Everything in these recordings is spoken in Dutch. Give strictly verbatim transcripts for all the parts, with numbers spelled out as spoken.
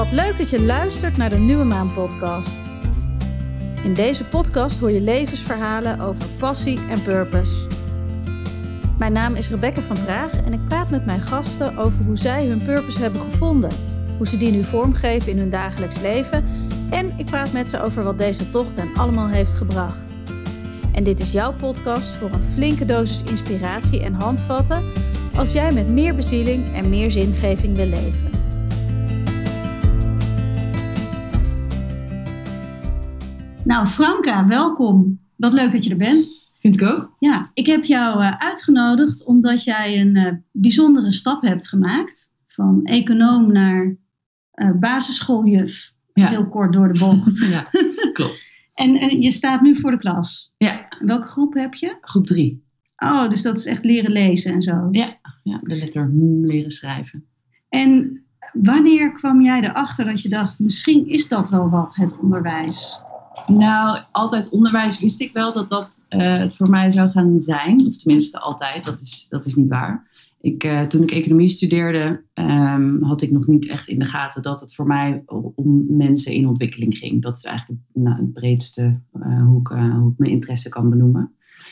Wat leuk dat je luistert naar de Nieuwe Maan podcast. In deze podcast hoor je levensverhalen over passie en purpose. Mijn naam is Rebecca van Praag en ik praat met mijn gasten over hoe zij hun purpose hebben gevonden, hoe ze die nu vormgeven in hun dagelijks leven en ik praat met ze over wat deze tocht hen allemaal heeft gebracht. En dit is jouw podcast voor een flinke dosis inspiratie en handvatten als jij met meer bezieling en meer zingeving wil leven. Nou, Franka, welkom. Wat leuk dat je er bent. Vind ik ook. Ja, ik heb jou uh, uitgenodigd omdat jij een uh, bijzondere stap hebt gemaakt. Van econoom naar uh, basisschooljuf. Ja. Heel kort door de bocht. Ja, klopt. en, en je staat nu voor de klas. Ja. Welke groep heb je? Groep drie. Oh, dus dat is echt leren lezen en zo. Ja, ja de letter M leren schrijven. En wanneer kwam jij erachter dat je dacht, misschien is dat wel wat, het onderwijs? Nou, altijd onderwijs wist ik wel dat dat uh, het voor mij zou gaan zijn. Of tenminste altijd, dat is, dat is niet waar. Ik, uh, toen ik economie studeerde, um, had ik nog niet echt in de gaten dat het voor mij om mensen in ontwikkeling ging. Dat is eigenlijk nou, het breedste uh, hoe, ik, uh, hoe ik mijn interesse kan benoemen.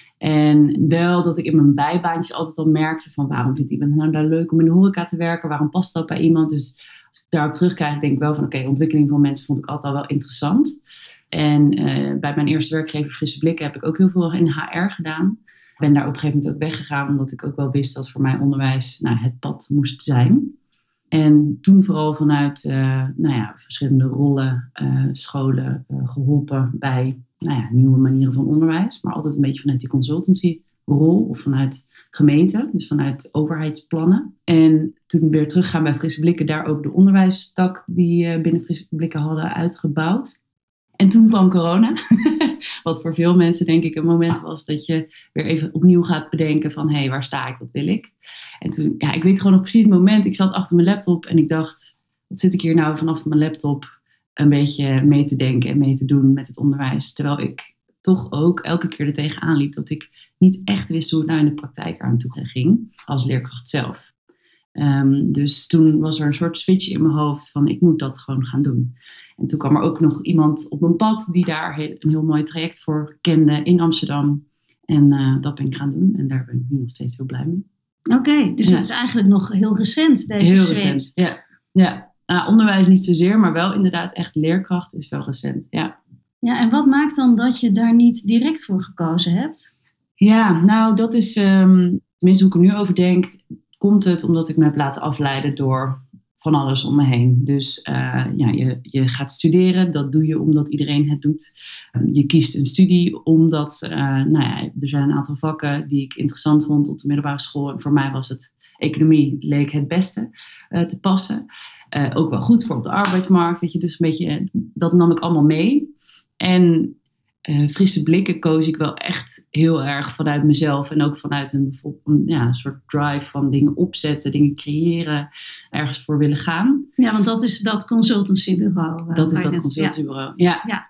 En wel dat ik in mijn bijbaantjes altijd al merkte van waarom vindt iemand nou daar leuk om in de horeca te werken? Waarom past dat bij iemand? Dus als ik daarop terugkijk, denk ik wel van oké, okay, ontwikkeling van mensen vond ik altijd al wel interessant. En uh, bij mijn eerste werkgever Frisse Blikken heb ik ook heel veel in H R gedaan. Ik ben daar op een gegeven moment ook weggegaan omdat ik ook wel wist dat voor mij onderwijs nou, het pad moest zijn. En toen vooral vanuit uh, nou ja, verschillende rollen, uh, scholen uh, geholpen bij nou ja, nieuwe manieren van onderwijs. Maar altijd een beetje vanuit die consultancyrol of vanuit gemeente, dus vanuit overheidsplannen. En toen weer teruggaan bij Frisse Blikken, daar ook de onderwijstak die uh, binnen Frisse Blikken hadden uitgebouwd. En toen kwam corona, wat voor veel mensen denk ik een moment was dat je weer even opnieuw gaat bedenken van hé, hey, waar sta ik, wat wil ik? En toen, ja, ik weet gewoon nog precies het moment, ik zat achter mijn laptop en ik dacht, wat zit ik hier nou vanaf mijn laptop een beetje mee te denken en mee te doen met het onderwijs. Terwijl ik toch ook elke keer er tegenaan liep dat ik niet echt wist hoe het nou in de praktijk aan toe ging als leerkracht zelf. Um, dus toen was er een soort switch in mijn hoofd van ik moet dat gewoon gaan doen. En toen kwam er ook nog iemand op mijn pad die daar heel, een heel mooi traject voor kende in Amsterdam. En uh, dat ben ik gaan doen en daar ben ik nu nog steeds heel blij mee. Oké, okay, dus ja. Dat is eigenlijk nog heel recent deze Heel switch. recent, ja. ja. Nou, onderwijs niet zozeer, maar wel inderdaad echt leerkracht is wel recent, ja. Ja, en wat maakt dan dat je daar niet direct voor gekozen hebt? Ja, nou dat is, um, tenminste hoe ik er nu over denk, komt het omdat ik me heb laten afleiden door van alles om me heen. Dus uh, ja, je, je gaat studeren, dat doe je omdat iedereen het doet. Um, je kiest een studie omdat, uh, nou ja, er zijn een aantal vakken die ik interessant vond op de middelbare school. En voor mij was het economie, leek het beste uh, te passen. Uh, ook wel goed voor op de arbeidsmarkt, weet je, dus een beetje, dat nam ik allemaal mee. En Uh, Frisse Blikken koos ik wel echt heel erg vanuit mezelf en ook vanuit een, een, ja, een soort drive van dingen opzetten, dingen creëren, ergens voor willen gaan. Ja, want dat is dat consultancybureau. Uh, dat is dat consultancybureau, ja. ja.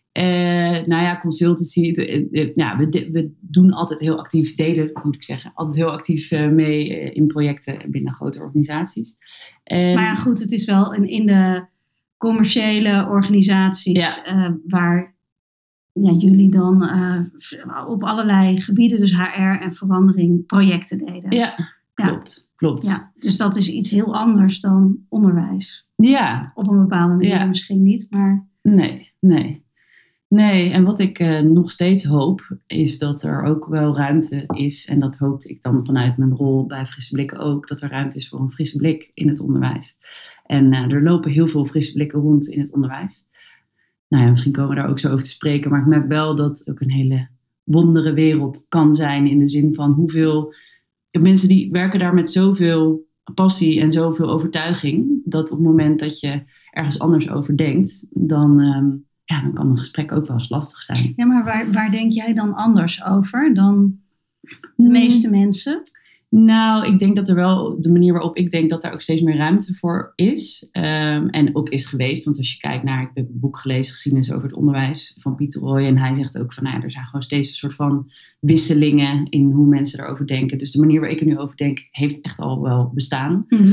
ja. Uh, nou ja, consultancy, uh, uh, ja, we, de, we doen altijd heel actief, deden moet ik zeggen, altijd heel actief uh, mee uh, in projecten binnen grote organisaties. Um, maar ja, goed, het is wel een, in de commerciële organisaties ja. uh, waar ja, jullie dan uh, op allerlei gebieden, dus H R en verandering, projecten deden. Ja, klopt. Ja. klopt. Ja, dus dat is iets heel anders dan onderwijs. Ja. Op een bepaalde manier ja. misschien niet, maar... Nee, nee. Nee, en wat ik uh, nog steeds hoop, is dat er ook wel ruimte is, en dat hoopte ik dan vanuit mijn rol bij Frisse Blikken ook, dat er ruimte is voor een frisse blik in het onderwijs. En uh, er lopen heel veel frisse blikken rond in het onderwijs. Nou ja, misschien komen we daar ook zo over te spreken. Maar ik merk wel dat het ook een hele wondere wereld kan zijn. In de zin van hoeveel mensen die werken daar met zoveel passie en zoveel overtuiging. Dat op het moment dat je ergens anders over denkt, dan, um, ja, dan kan een gesprek ook wel eens lastig zijn. Ja, maar waar, waar denk jij dan anders over dan de meeste hmm. mensen? Nou, ik denk dat er wel, de manier waarop ik denk dat er ook steeds meer ruimte voor is. Um, en ook is geweest. Want als je kijkt naar, ik heb een boek gelezen, geschiedenis over het onderwijs van Pieter Roy. En hij zegt ook van, nou ja, er zijn gewoon steeds een soort van wisselingen in hoe mensen erover denken. Dus de manier waar ik er nu over denk, heeft echt al wel bestaan. Mm-hmm.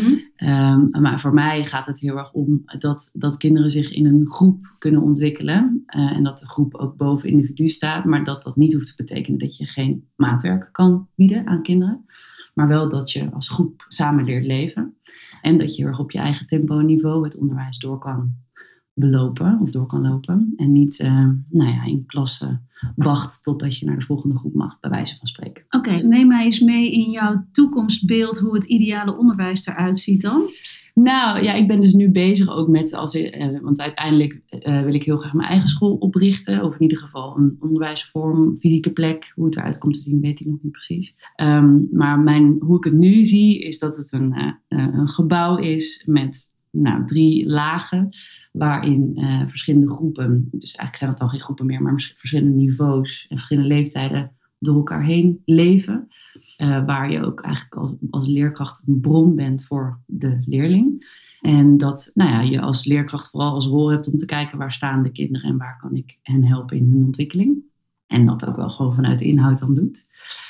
Um, maar voor mij gaat het heel erg om dat, dat kinderen zich in een groep kunnen ontwikkelen. Uh, en dat de groep ook boven individu staat. Maar dat dat niet hoeft te betekenen dat je geen maatwerk kan bieden aan kinderen. Maar wel dat je als groep samen leert leven. En dat je heel erg op je eigen tempo en niveau het onderwijs door kan belopen of door kan lopen. En niet uh, nou ja, in klassen wacht totdat je naar de volgende groep mag, bij wijze van spreken. Oké, okay, neem mij eens mee in jouw toekomstbeeld hoe het ideale onderwijs eruit ziet dan. Nou ja, ik ben dus nu bezig ook met, als, uh, want uiteindelijk uh, wil ik heel graag mijn eigen school oprichten. Of in ieder geval een onderwijsvorm, fysieke plek. Hoe het eruit komt te zien, weet ik nog niet precies. Um, maar mijn, hoe ik het nu zie, is dat het een, uh, een gebouw is met nou, drie lagen. Waarin uh, verschillende groepen, dus eigenlijk zijn het dan geen groepen meer, maar verschillende niveaus en verschillende leeftijden door elkaar heen leven. Uh, waar je ook eigenlijk als, als leerkracht een bron bent voor de leerling. En dat nou ja, je als leerkracht vooral als rol hebt om te kijken waar staan de kinderen en waar kan ik hen helpen in hun ontwikkeling. En dat ook wel gewoon vanuit de inhoud dan doet.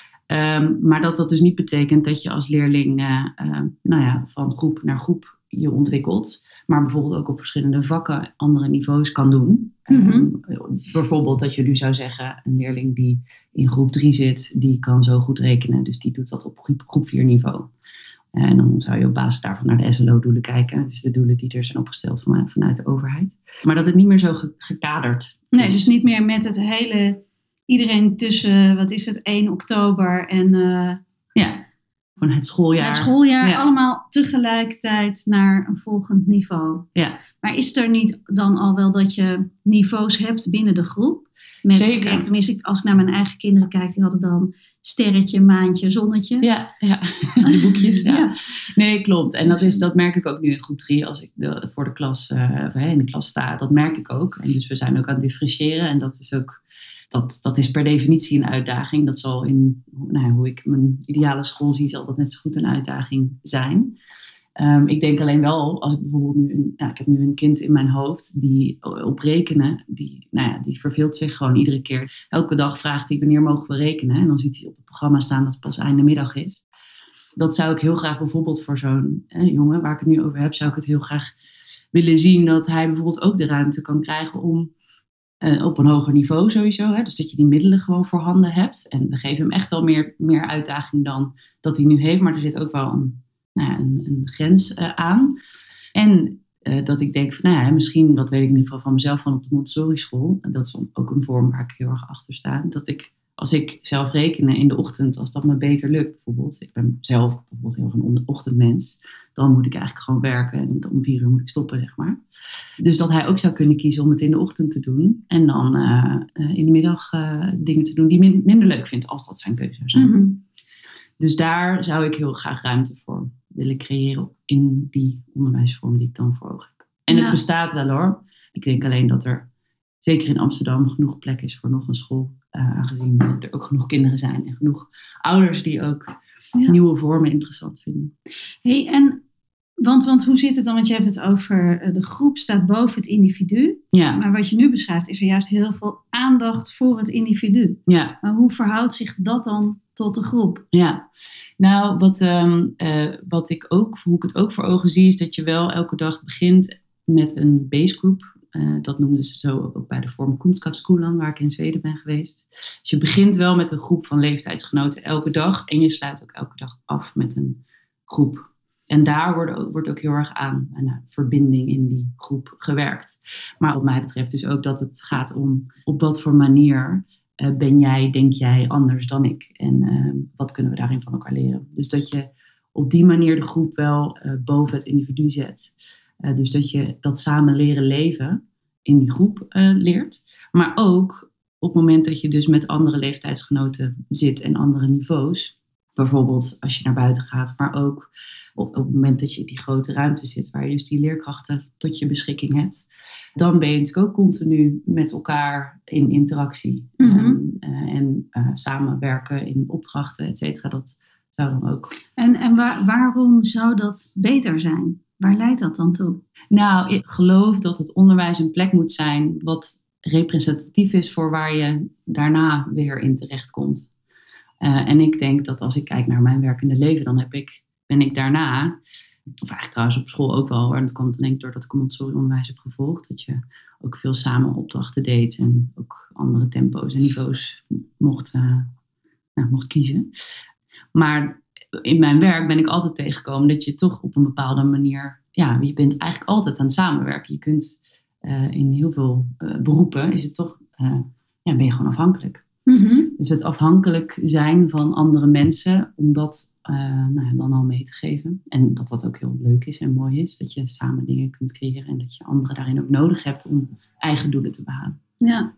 Um, maar dat dat dus niet betekent dat je als leerling uh, uh, nou ja, van groep naar groep je ontwikkelt, maar bijvoorbeeld ook op verschillende vakken andere niveaus kan doen. Mm-hmm. Um, bijvoorbeeld dat je nu zou zeggen, een leerling die in groep drie zit, die kan zo goed rekenen, dus die doet dat op groep, groep vier niveau. En dan zou je op basis daarvan naar de S L O-doelen kijken, dus de doelen die er zijn opgesteld van, vanuit de overheid. Maar dat het niet meer zo ge- gekaderd Nee, is. Dus niet meer met het hele, iedereen tussen, wat is het, één oktober en Uh... ja. Gewoon het schooljaar. Het schooljaar, ja. Allemaal tegelijkertijd naar een volgend niveau. Ja. Maar is er niet dan al wel dat je niveaus hebt binnen de groep? Met, Zeker. Kijk, tenminste, als ik naar mijn eigen kinderen kijk, die hadden dan sterretje, maantje, zonnetje. Ja, ja. De boekjes. Ja. Ja. Nee, klopt. En dat, is, dat merk ik ook nu in groep drie, als ik de, voor de klas, uh, of, in de klas sta. Dat merk ik ook. En dus we zijn ook aan het differentiëren. En dat is ook... Dat, dat is per definitie een uitdaging. Dat zal in nou, hoe ik mijn ideale school zie, zal dat net zo goed een uitdaging zijn. Um, ik denk alleen wel, als ik bijvoorbeeld nu, een, ja, ik heb nu een kind in mijn hoofd die op rekenen, die, nou ja, die verveelt zich gewoon iedere keer. Elke dag vraagt hij wanneer mogen we rekenen. En dan ziet hij op het programma staan dat het pas einde middag is. Dat zou ik heel graag bijvoorbeeld voor zo'n eh, jongen waar ik het nu over heb, zou ik het heel graag willen zien dat hij bijvoorbeeld ook de ruimte kan krijgen om Uh, op een hoger niveau sowieso. Hè? Dus dat je die middelen gewoon voorhanden hebt. En we geven hem echt wel meer, meer uitdaging dan dat hij nu heeft. Maar er zit ook wel een, nou ja, een, een grens uh, aan. En uh, dat ik denk, van, nou ja, misschien, dat weet ik in ieder geval van mezelf, van op de Montessori school. Dat is ook een vorm waar ik heel erg achter sta. Dat ik, als ik zelf rekenen in de ochtend, als dat me beter lukt bijvoorbeeld. Ik ben zelf bijvoorbeeld heel erg een ochtendmens. Dan moet ik eigenlijk gewoon werken en om vier uur moet ik stoppen, zeg maar. Dus dat hij ook zou kunnen kiezen om het in de ochtend te doen. En dan uh, uh, in de middag uh, dingen te doen die min- minder leuk vindt, als dat zijn keuze zou zijn. Mm-hmm. Dus daar zou ik heel graag ruimte voor willen creëren in die onderwijsvorm die ik dan voor ogen heb. En ja. Het bestaat wel hoor. Ik denk alleen dat er zeker in Amsterdam genoeg plek is voor nog een school. Uh, aangezien er ook genoeg kinderen zijn en genoeg ouders die ook ja. nieuwe vormen interessant vinden. Hey, en want, want hoe zit het dan? Want je hebt het over uh, de groep staat boven het individu. Ja. Maar wat je nu beschrijft is er juist heel veel aandacht voor het individu. Ja. Maar hoe verhoudt zich dat dan tot de groep? Ja, nou wat, um, uh, wat ik ook, hoe ik het ook voor ogen zie, is dat je wel elke dag begint met een basegroep. Uh, dat noemden ze zo ook bij de vorm Kunskapsskolan, waar ik in Zweden ben geweest. Dus je begint wel met een groep van leeftijdsgenoten elke dag. En je sluit ook elke dag af met een groep. En daar wordt, wordt ook heel erg aan een verbinding in die groep gewerkt. Maar wat mij betreft dus ook dat het gaat om op wat voor manier uh, ben jij, denk jij, anders dan ik. En uh, wat kunnen we daarin van elkaar leren. Dus dat je op die manier de groep wel uh, boven het individu zet. Uh, dus dat je dat samen leren leven in die groep uh, leert. Maar ook op het moment dat je dus met andere leeftijdsgenoten zit en andere niveaus. Bijvoorbeeld als je naar buiten gaat. Maar ook op, op het moment dat je in die grote ruimte zit. Waar je dus die leerkrachten tot je beschikking hebt. Dan ben je natuurlijk ook continu met elkaar in interactie. Mm-hmm. Um, uh, en uh, samenwerken in opdrachten, et cetera. Dat zou dan ook. En, en waar, waarom zou dat beter zijn? Waar leidt dat dan toe? Nou, ik geloof dat het onderwijs een plek moet zijn wat representatief is voor waar je daarna weer in terechtkomt. Uh, en ik denk dat als ik kijk naar mijn werkende leven, dan heb ik, ben ik daarna Of eigenlijk trouwens op school ook wel. En dat kwam denk ik doordat ik Montessori onderwijs heb gevolgd. Dat je ook veel samen opdrachten deed. En ook andere tempo's en niveaus mocht, uh, nou, mocht kiezen. Maar in mijn werk ben ik altijd tegengekomen dat je toch op een bepaalde manier... Ja, je bent eigenlijk altijd aan het samenwerken. Je kunt uh, in heel veel uh, beroepen is het toch... Uh, ja, ben je gewoon afhankelijk. Mm-hmm. Dus het afhankelijk zijn van andere mensen, om dat uh, nou ja, dan al mee te geven. En dat dat ook heel leuk is en mooi is. Dat je samen dingen kunt creëren en dat je anderen daarin ook nodig hebt om eigen doelen te behalen. Ja.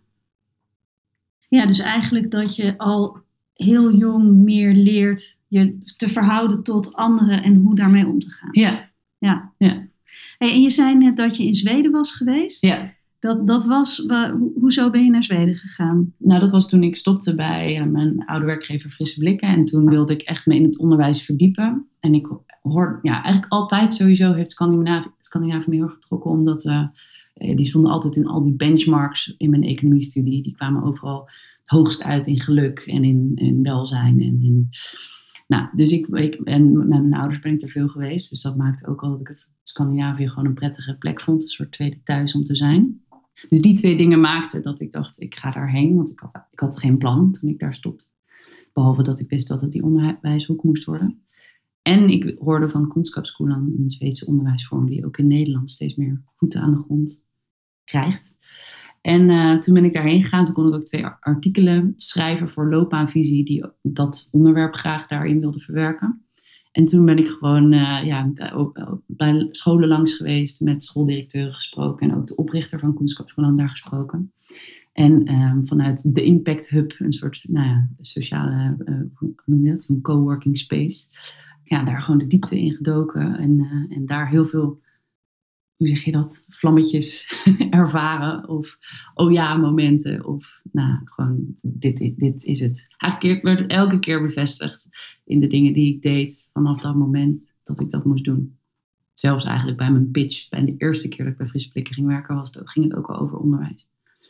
Ja, dus eigenlijk dat je al heel jong meer leert je te verhouden tot anderen en hoe daarmee om te gaan. Ja. Ja. Ja. Hey, en je zei net dat je in Zweden was geweest. Ja. Dat, dat was, ho, hoezo ben je naar Zweden gegaan? Nou, dat was toen ik stopte bij uh, mijn oude werkgever Frisse Blikken. En toen wilde ik echt me in het onderwijs verdiepen. En ik hoor, ja, eigenlijk altijd sowieso heeft Scandinavië, Scandinavië me heel erg getrokken. Omdat uh, die stonden altijd in al die benchmarks in mijn economiestudie. Die kwamen overal het hoogst uit in geluk en in, in welzijn. En in, nou, dus ik, ik, en met mijn ouders ben ik er veel geweest. Dus dat maakte ook al dat ik het Scandinavië gewoon een prettige plek vond. Een soort tweede thuis om te zijn. Dus die twee dingen maakten dat ik dacht, ik ga daarheen. Want ik had, ik had geen plan toen ik daar stopte. Behalve dat ik wist dat het die onderwijshoek moest worden. En ik hoorde van Kunskapsskolan, een Zweedse onderwijsvorm die ook in Nederland steeds meer voeten aan de grond krijgt. En uh, toen ben ik daarheen gegaan. Toen kon ik ook twee artikelen schrijven voor Loopbaanvisie die dat onderwerp graag daarin wilde verwerken. En toen ben ik gewoon uh, ja, bij scholen langs geweest, met schooldirecteuren gesproken en ook de oprichter van Kunskapsskolan daar gesproken. En um, vanuit de Impact Hub, een soort nou ja, sociale, uh, hoe noem je dat, een coworking space. Ja, daar gewoon de diepte in gedoken en, uh, en daar heel veel, hoe zeg je dat, vlammetjes ervaren of oh ja momenten of nou gewoon dit, dit, dit is het. Eigenlijk werd het elke keer bevestigd in de dingen die ik deed vanaf dat moment dat ik dat moest doen. Zelfs eigenlijk bij mijn pitch, bij de eerste keer dat ik bij Frisse Blikken ging werken, was het, ging het ook al over onderwijs.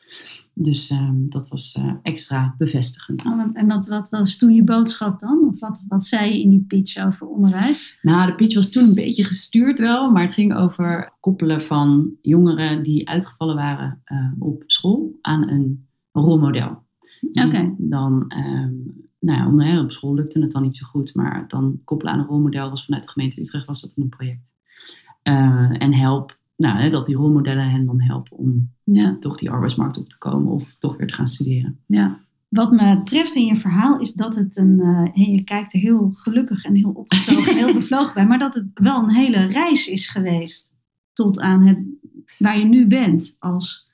Dus um, dat was uh, extra bevestigend. Oh, en wat, wat was toen je boodschap dan? Of wat, wat zei je in die pitch over onderwijs? Nou, de pitch was toen een beetje gestuurd wel. Maar het ging over koppelen van jongeren die uitgevallen waren uh, op school aan een rolmodel. Oké. Okay. Dan, um, nou ja, op school lukte het dan niet zo goed. Maar dan koppelen aan een rolmodel was vanuit de gemeente Utrecht was dat een project. Uh, en help. Nou, hè, dat die rolmodellen hen dan helpen om ja. toch die arbeidsmarkt op te komen of toch weer te gaan studeren. Ja. Wat me treft in je verhaal is dat het een, uh, je kijkt er heel gelukkig en heel opgetogen en heel bevlogen bij, maar dat het wel een hele reis is geweest tot aan het, waar je nu bent als...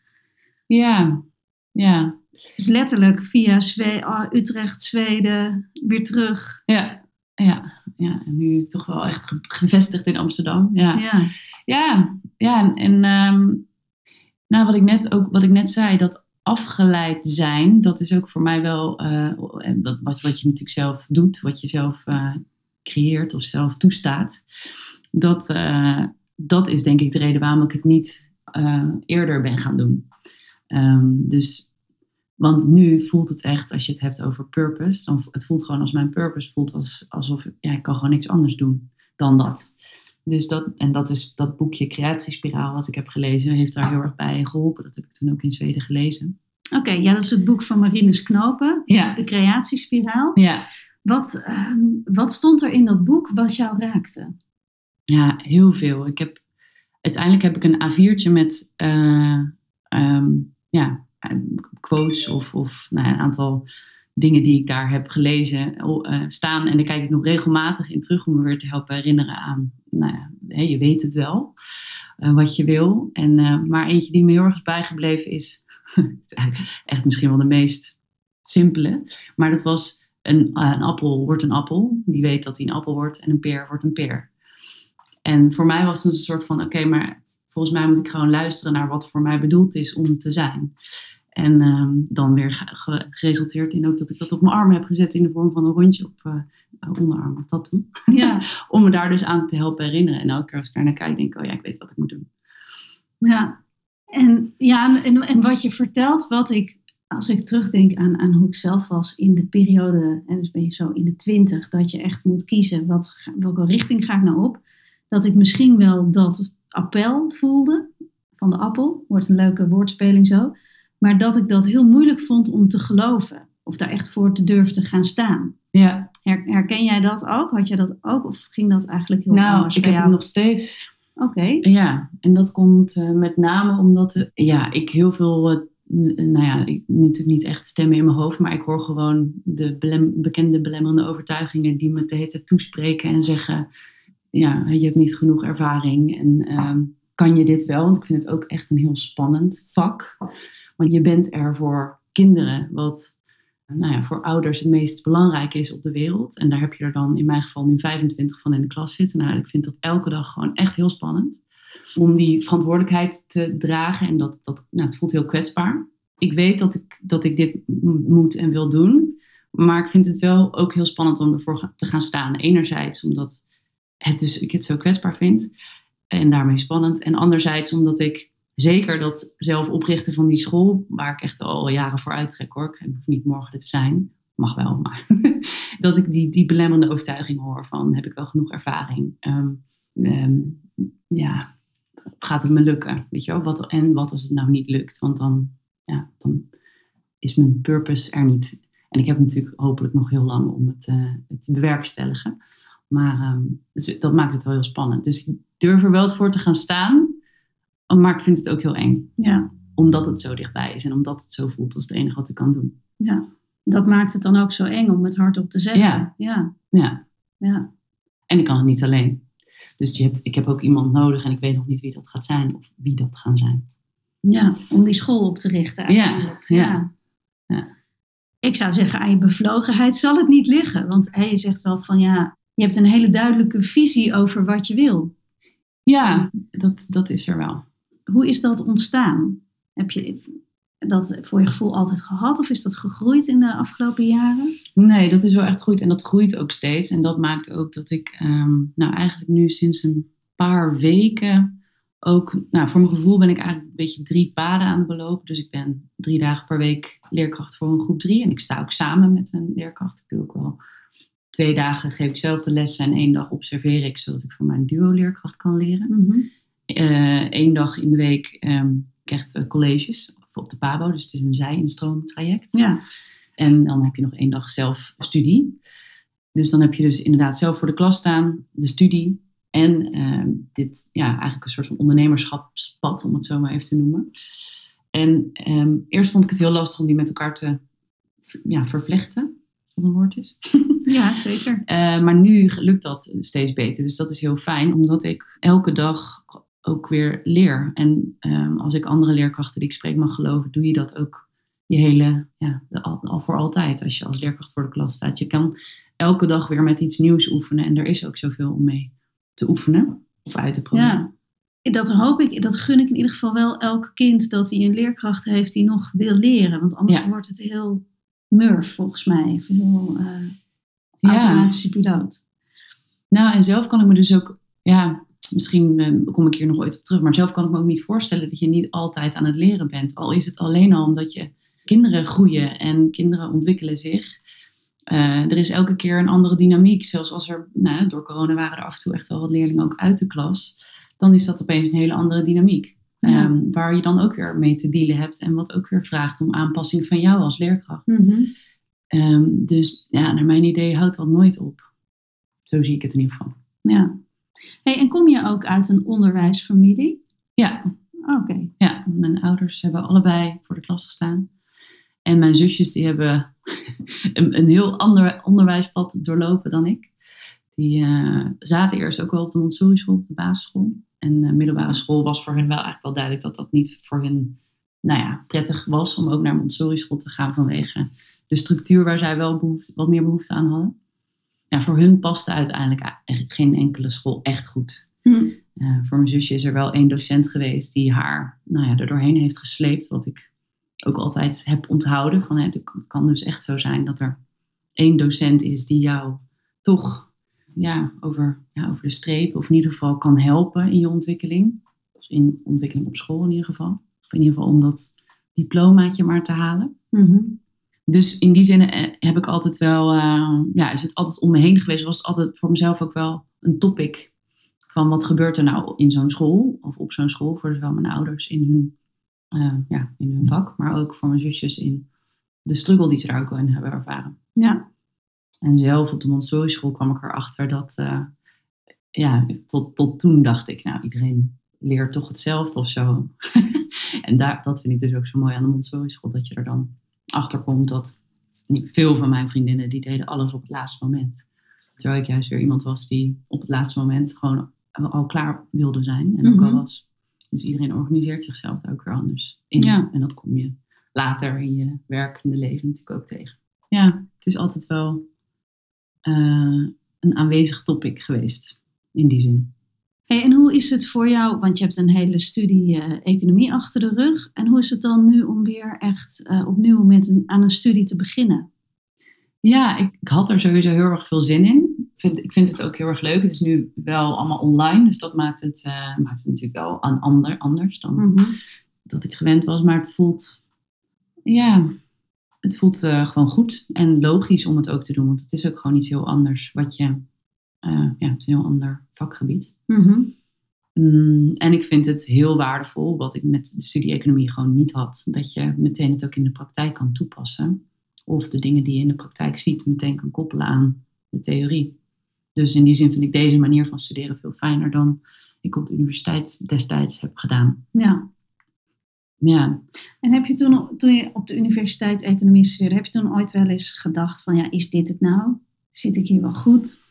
Ja, ja. Dus letterlijk via Zwe- oh, Utrecht, Zweden, weer terug. Ja, ja. Ja, en nu toch wel echt gevestigd in Amsterdam. Ja, ja, ja, ja en um, nou, wat ik net ook wat ik net zei, dat afgeleid zijn, dat is ook voor mij wel uh, wat, wat, wat je natuurlijk zelf doet, wat je zelf uh, creëert of zelf toestaat. Dat, uh, dat is denk ik de reden waarom ik het niet uh, eerder ben gaan doen. Um, dus Want nu voelt het echt, als je het hebt over purpose, dan het voelt gewoon als mijn purpose voelt als, alsof ja, ik kan gewoon niks anders doen dan dat. Dus dat, en dat is dat boekje Creatiespiraal wat ik heb gelezen, heeft daar heel erg bij geholpen. Dat heb ik toen ook in Zweden gelezen. Oké, okay, ja, dat is het boek van Marinus Knopen, ja. De Creatiespiraal. Ja. Wat, um, wat stond er in dat boek wat jou raakte? Ja, heel veel. Ik heb, uiteindelijk heb ik een A viertje met uh, um, ja, quotes of, of nou ja, een aantal dingen die ik daar heb gelezen uh, staan. En daar kijk ik nog regelmatig in terug om me weer te helpen herinneren aan, nou ja, hè, je weet het wel, uh, wat je wil. En, uh, maar eentje die me heel erg is bijgebleven is, is eigenlijk echt misschien wel de meest simpele, maar dat was een, uh, een appel wordt een appel. Die weet dat hij een appel wordt en een peer wordt een peer. En voor mij was het een soort van, oké, okay, maar volgens mij moet ik gewoon luisteren naar wat voor mij bedoeld is om te zijn. En um, dan weer ge- geresulteerd in ook dat ik dat op mijn arm heb gezet in de vorm van een rondje op uh, onderarm of tattoo. Ja. Om me daar dus aan te helpen herinneren. En elke keer als ik daar naar kijk, denk ik, oh ja, ik weet wat ik moet doen. Ja, en, ja, en, en wat je vertelt, wat ik, als ik terugdenk aan, aan hoe ik zelf was in de periode, en dus ben je zo in de twintig, dat je echt moet kiezen, wat, welke richting ga ik nou op? dat ik misschien wel dat appel voelde van de appel. Wordt een leuke woordspeling zo. Maar dat ik dat heel moeilijk vond om te geloven. Of daar echt voor te durven te gaan staan. Ja. Her, herken jij dat ook? Had jij dat ook? Of ging dat eigenlijk heel Nou, anders ik bij heb jou? het nog steeds. Oké. Okay. Ja, en dat komt uh, met name omdat uh, ja, ik heel veel... Uh, n- nou ja, ik natuurlijk niet echt stemmen in mijn hoofd. Maar ik hoor gewoon de belem- bekende belemmerende overtuigingen die me de hele tijd toespreken en zeggen... Ja, je hebt niet genoeg ervaring en um, kan je dit wel? Want ik vind het ook echt een heel spannend vak. Want je bent er voor kinderen, wat nou ja, voor ouders het meest belangrijk is op de wereld. En daar heb je er dan in mijn geval nu vijfentwintig van in de klas zitten. Nou, ik vind dat elke dag gewoon echt heel spannend. Om die verantwoordelijkheid te dragen en dat, dat nou, het voelt heel kwetsbaar. Ik weet dat ik, dat ik dit moet en wil doen. Maar ik vind het wel ook heel spannend om ervoor te gaan staan. Enerzijds omdat het dus, ik het zo kwetsbaar vind en daarmee spannend. En anderzijds omdat ik zeker dat zelf oprichten van die school, waar ik echt al jaren voor uittrek hoor. Ik hoef niet morgen dit te zijn, mag wel, maar dat ik die, die belemmerende overtuiging hoor van heb ik wel genoeg ervaring. Um, um, ja, gaat het me lukken? Weet je wel? Wat, en wat als het nou niet lukt? Want dan, ja, dan is mijn purpose er niet. En ik heb natuurlijk hopelijk nog heel lang om het, uh, het te bewerkstelligen. Maar um, dus dat maakt het wel heel spannend. Dus ik durf er wel voor te gaan staan. Maar ik vind het ook heel eng. Ja. Omdat het zo dichtbij is. En omdat het zo voelt als het enige wat ik kan doen. Ja. Dat maakt het dan ook zo eng om het hardop te zeggen. Ja. Ja. Ja. Ja. En ik kan het niet alleen. Dus je hebt, ik heb ook iemand nodig. En ik weet nog niet wie dat gaat zijn. Of wie dat gaan zijn. Ja. Om die school op te richten eigenlijk. Ja. Ja. Ja. Ja. Ik zou zeggen, aan je bevlogenheid zal het niet liggen. Want hey, je zegt wel van ja, je hebt een hele duidelijke visie over wat je wil. Ja, dat, dat is er wel. Hoe is dat ontstaan? Heb je dat voor je gevoel altijd gehad? Of is dat gegroeid in de afgelopen jaren? Nee, dat is wel echt gegroeid. En dat groeit ook steeds. En dat maakt ook dat ik um, nou eigenlijk nu sinds een paar weken ook... Nou, voor mijn gevoel ben ik eigenlijk een beetje drie paden aan het belopen. Dus ik ben drie dagen per week leerkracht voor een groep drie. En ik sta ook samen met een leerkracht. Ik doe ook wel... Twee dagen geef ik zelf de lessen en één dag observeer ik, zodat ik van mijn duo-leerkracht kan leren. Mm-hmm. Eén uh, dag in de week um, krijgt uh, colleges op de P A B O, dus het is een zij-instroomtraject. Ja. En dan heb je nog één dag zelf studie. Dus dan heb je dus inderdaad zelf voor de klas staan, de studie en uh, dit, ja, eigenlijk een soort van ondernemerschapspad, om het zo maar even te noemen. En um, eerst vond ik het heel lastig om die met elkaar te ja, vervlechten. Als dat een woord is. Ja, zeker. Uh, maar nu lukt dat steeds beter. Dus dat is heel fijn, omdat ik elke dag ook weer leer. En um, als ik andere leerkrachten die ik spreek mag geloven, doe je dat ook je hele, ja, de, al, al voor altijd. Als je als leerkracht voor de klas staat. Je kan elke dag weer met iets nieuws oefenen. En er is ook zoveel om mee te oefenen of uit te proberen. Ja, dat hoop ik, dat gun ik in ieder geval wel elk kind, dat hij een leerkracht heeft die nog wil leren. Want anders ja. wordt het heel murf volgens mij. Heel uh, automatische ja. piloot. Nou, en zelf kan ik me dus ook, ja, misschien uh, kom ik hier nog ooit op terug, maar zelf kan ik me ook niet voorstellen dat je niet altijd aan het leren bent. Al is het alleen al omdat je kinderen groeien en kinderen ontwikkelen zich. Uh, er is elke keer een andere dynamiek. Zelfs als er, nou, door corona waren er af en toe echt wel wat leerlingen ook uit de klas. Dan is dat opeens een hele andere dynamiek. Ja. Um, waar je dan ook weer mee te dealen hebt. En wat ook weer vraagt om aanpassing van jou als leerkracht. Mm-hmm. Um, dus ja, naar mijn idee houdt dat nooit op. Zo zie ik het in ieder geval. Ja. Hey, en kom je ook uit een onderwijsfamilie? Ja. Oké. Okay. Ja, mijn ouders hebben allebei voor de klas gestaan. En mijn zusjes die hebben een, een heel ander onderwijspad doorlopen dan ik. Die uh, zaten eerst ook wel op de Montessori school, op de basisschool. En de middelbare school was voor hen wel eigenlijk wel duidelijk dat dat niet voor hen nou ja, prettig was om ook naar Montessori school te gaan vanwege de structuur waar zij wel behoefte, wat meer behoefte aan hadden. Ja, voor hun paste uiteindelijk geen enkele school echt goed. Hm. Uh, voor mijn zusje is er wel één docent geweest die haar nou ja, er doorheen heeft gesleept, wat ik ook altijd heb onthouden. Van, hè, het kan dus echt zo zijn dat er één docent is die jou toch ja, over, ja, over de streep, of in ieder geval kan helpen in je ontwikkeling. Dus in ontwikkeling op school in ieder geval. Of in ieder geval om dat diplomaatje maar te halen. Mm-hmm. Dus in die zin heb ik altijd wel, uh, ja, is het altijd om me heen geweest. Was het altijd voor mezelf ook wel een topic van wat gebeurt er nou in zo'n school of op zo'n school voor zowel mijn ouders in hun, uh, ja, in hun vak, maar ook voor mijn zusjes in de struggle die ze daar ook wel in hebben ervaren. Ja. En zelf op de Montessori school kwam ik erachter dat, uh, ja, tot, tot toen dacht ik, nou, iedereen leert toch hetzelfde of zo. En daar, dat vind ik dus ook zo mooi aan de Montessori school, dat je er dan achter komt dat veel van mijn vriendinnen, die deden alles op het laatste moment. Terwijl ik juist weer iemand was die op het laatste moment gewoon al klaar wilde zijn. En ook Mm-hmm. al was. Dus iedereen organiseert zichzelf daar ook weer anders in. Ja. En dat kom je later in je werkende leven natuurlijk ook tegen. Ja, het is altijd wel uh, een aanwezig topic geweest. In die zin. Hey, en hoe is het voor jou, want je hebt een hele studie uh, economie achter de rug. En hoe is het dan nu om weer echt uh, opnieuw met een, aan een studie te beginnen? Ja, ik, ik had er sowieso heel erg veel zin in. Ik vind, ik vind het ook heel erg leuk. Het is nu wel allemaal online, dus dat maakt het, uh, maakt het natuurlijk wel aan ander, anders dan Mm-hmm. dat ik gewend was. Maar het voelt, ja, het voelt uh, gewoon goed en logisch om het ook te doen. Want het is ook gewoon iets heel anders wat je, uh, ja, het is een heel ander vakgebied. Mm-hmm. Mm, en ik vind het heel waardevol, wat ik met de studie economie gewoon niet had. Dat je meteen het ook in de praktijk kan toepassen. Of de dingen die je in de praktijk ziet meteen kan koppelen aan de theorie. Dus in die zin vind ik deze manier van studeren veel fijner dan ik op de universiteit destijds heb gedaan. Ja. Ja. En heb je toen, toen je op de universiteit economie studeerde, heb je toen ooit wel eens gedacht van, ja, is dit het nou? Zit ik hier wel goed?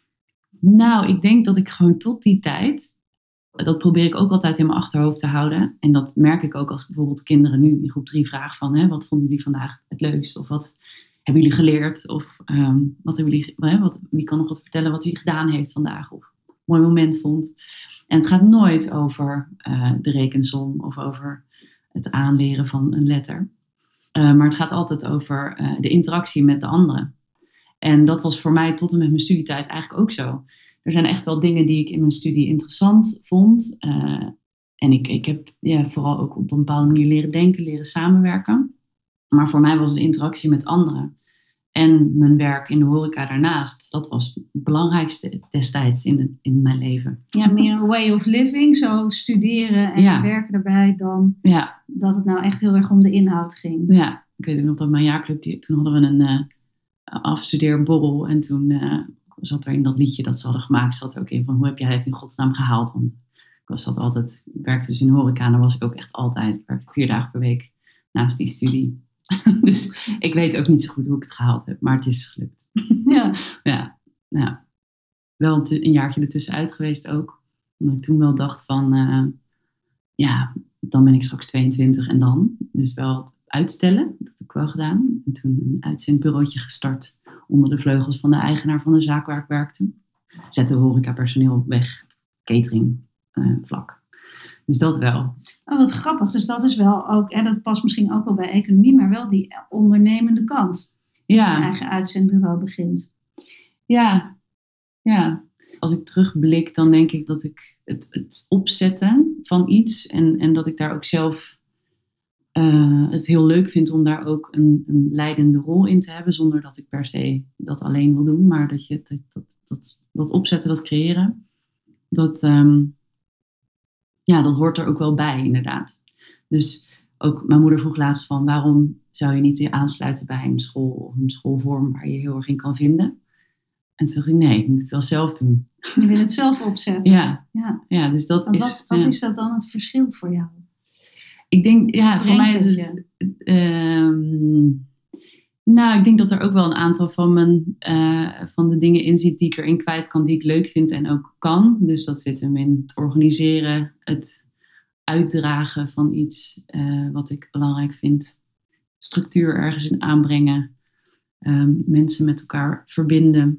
Nou, ik denk dat ik gewoon tot die tijd, dat probeer ik ook altijd in mijn achterhoofd te houden. En dat merk ik ook als ik bijvoorbeeld kinderen nu in groep drie vraag van, hè, wat vonden jullie vandaag het leukst? Of wat hebben jullie geleerd? Of um, wat hebben jullie, hè, wat, wie kan nog wat vertellen wat hij gedaan heeft vandaag? Of een mooi moment vond. En het gaat nooit over uh, de rekensom of over het aanleren van een letter. Uh, maar het gaat altijd over uh, de interactie met de anderen. En dat was voor mij tot en met mijn studietijd eigenlijk ook zo. Er zijn echt wel dingen die ik in mijn studie interessant vond. Uh, en ik, ik heb ja, vooral ook op een bepaalde manier leren denken, leren samenwerken. Maar voor mij was de interactie met anderen en mijn werk in de horeca daarnaast, dat was het belangrijkste destijds in, het, in mijn leven. Ja, meer een way of living, zo studeren en Ja. werken erbij, dan Ja. dat het nou echt heel erg om de inhoud ging. Ja, ik weet ook nog dat mijn jaarclub, die, toen hadden we een uh, afstudeerborrel en toen uh, zat er in dat liedje dat ze hadden gemaakt, zat er ook in van hoe heb jij het in godsnaam gehaald? Want ik was dat altijd, ik werkte dus in de horeca en daar was ik ook echt altijd, ik werkte vier dagen per week naast die studie. Dus ik weet ook niet zo goed hoe ik het gehaald heb, maar het is gelukt. Ja. Ja, ja. Wel een, t- een jaartje ertussenuit geweest ook. Omdat ik toen wel dacht van, uh, ja, dan ben ik straks tweeëntwintig en dan. Dus wel uitstellen, dat heb ik wel gedaan. En toen een uitzendbureautje gestart onder de vleugels van de eigenaar van de zaak waar ik werkte. Zette horecapersoneel weg, catering uh, vlak. Dus dat wel. Oh, wat grappig. Dus dat is wel ook, en dat past misschien ook wel bij economie, maar wel die ondernemende kant. Dat je Ja, eigen uitzendbureau begint. ja, ja. Als ik terugblik, dan denk ik dat ik het, het opzetten van iets en, en dat ik daar ook zelf uh, het heel leuk vind om daar ook een, een leidende rol in te hebben, zonder dat ik per se dat alleen wil doen, maar dat je dat, dat, dat, dat opzetten, dat creëren, dat, um, ja, dat hoort er ook wel bij, inderdaad. Dus ook mijn moeder vroeg laatst van, waarom zou je niet aansluiten bij een school of een schoolvorm waar je heel erg in kan vinden? En toen dacht ik, nee, ik moet het wel zelf doen. Je wil het zelf opzetten. Ja, Ja. ja dus dat Want is... wat, wat ja. is dat dan het verschil voor jou? Ik denk, ja, voor Brengt mij is het het... Um, nou, ik denk dat er ook wel een aantal van, mijn, uh, van de dingen in zit die ik erin kwijt kan, die ik leuk vind en ook kan. Dus dat zit hem in het organiseren, het uitdragen van iets uh, wat ik belangrijk vind. Structuur ergens in aanbrengen. Um, mensen met elkaar verbinden.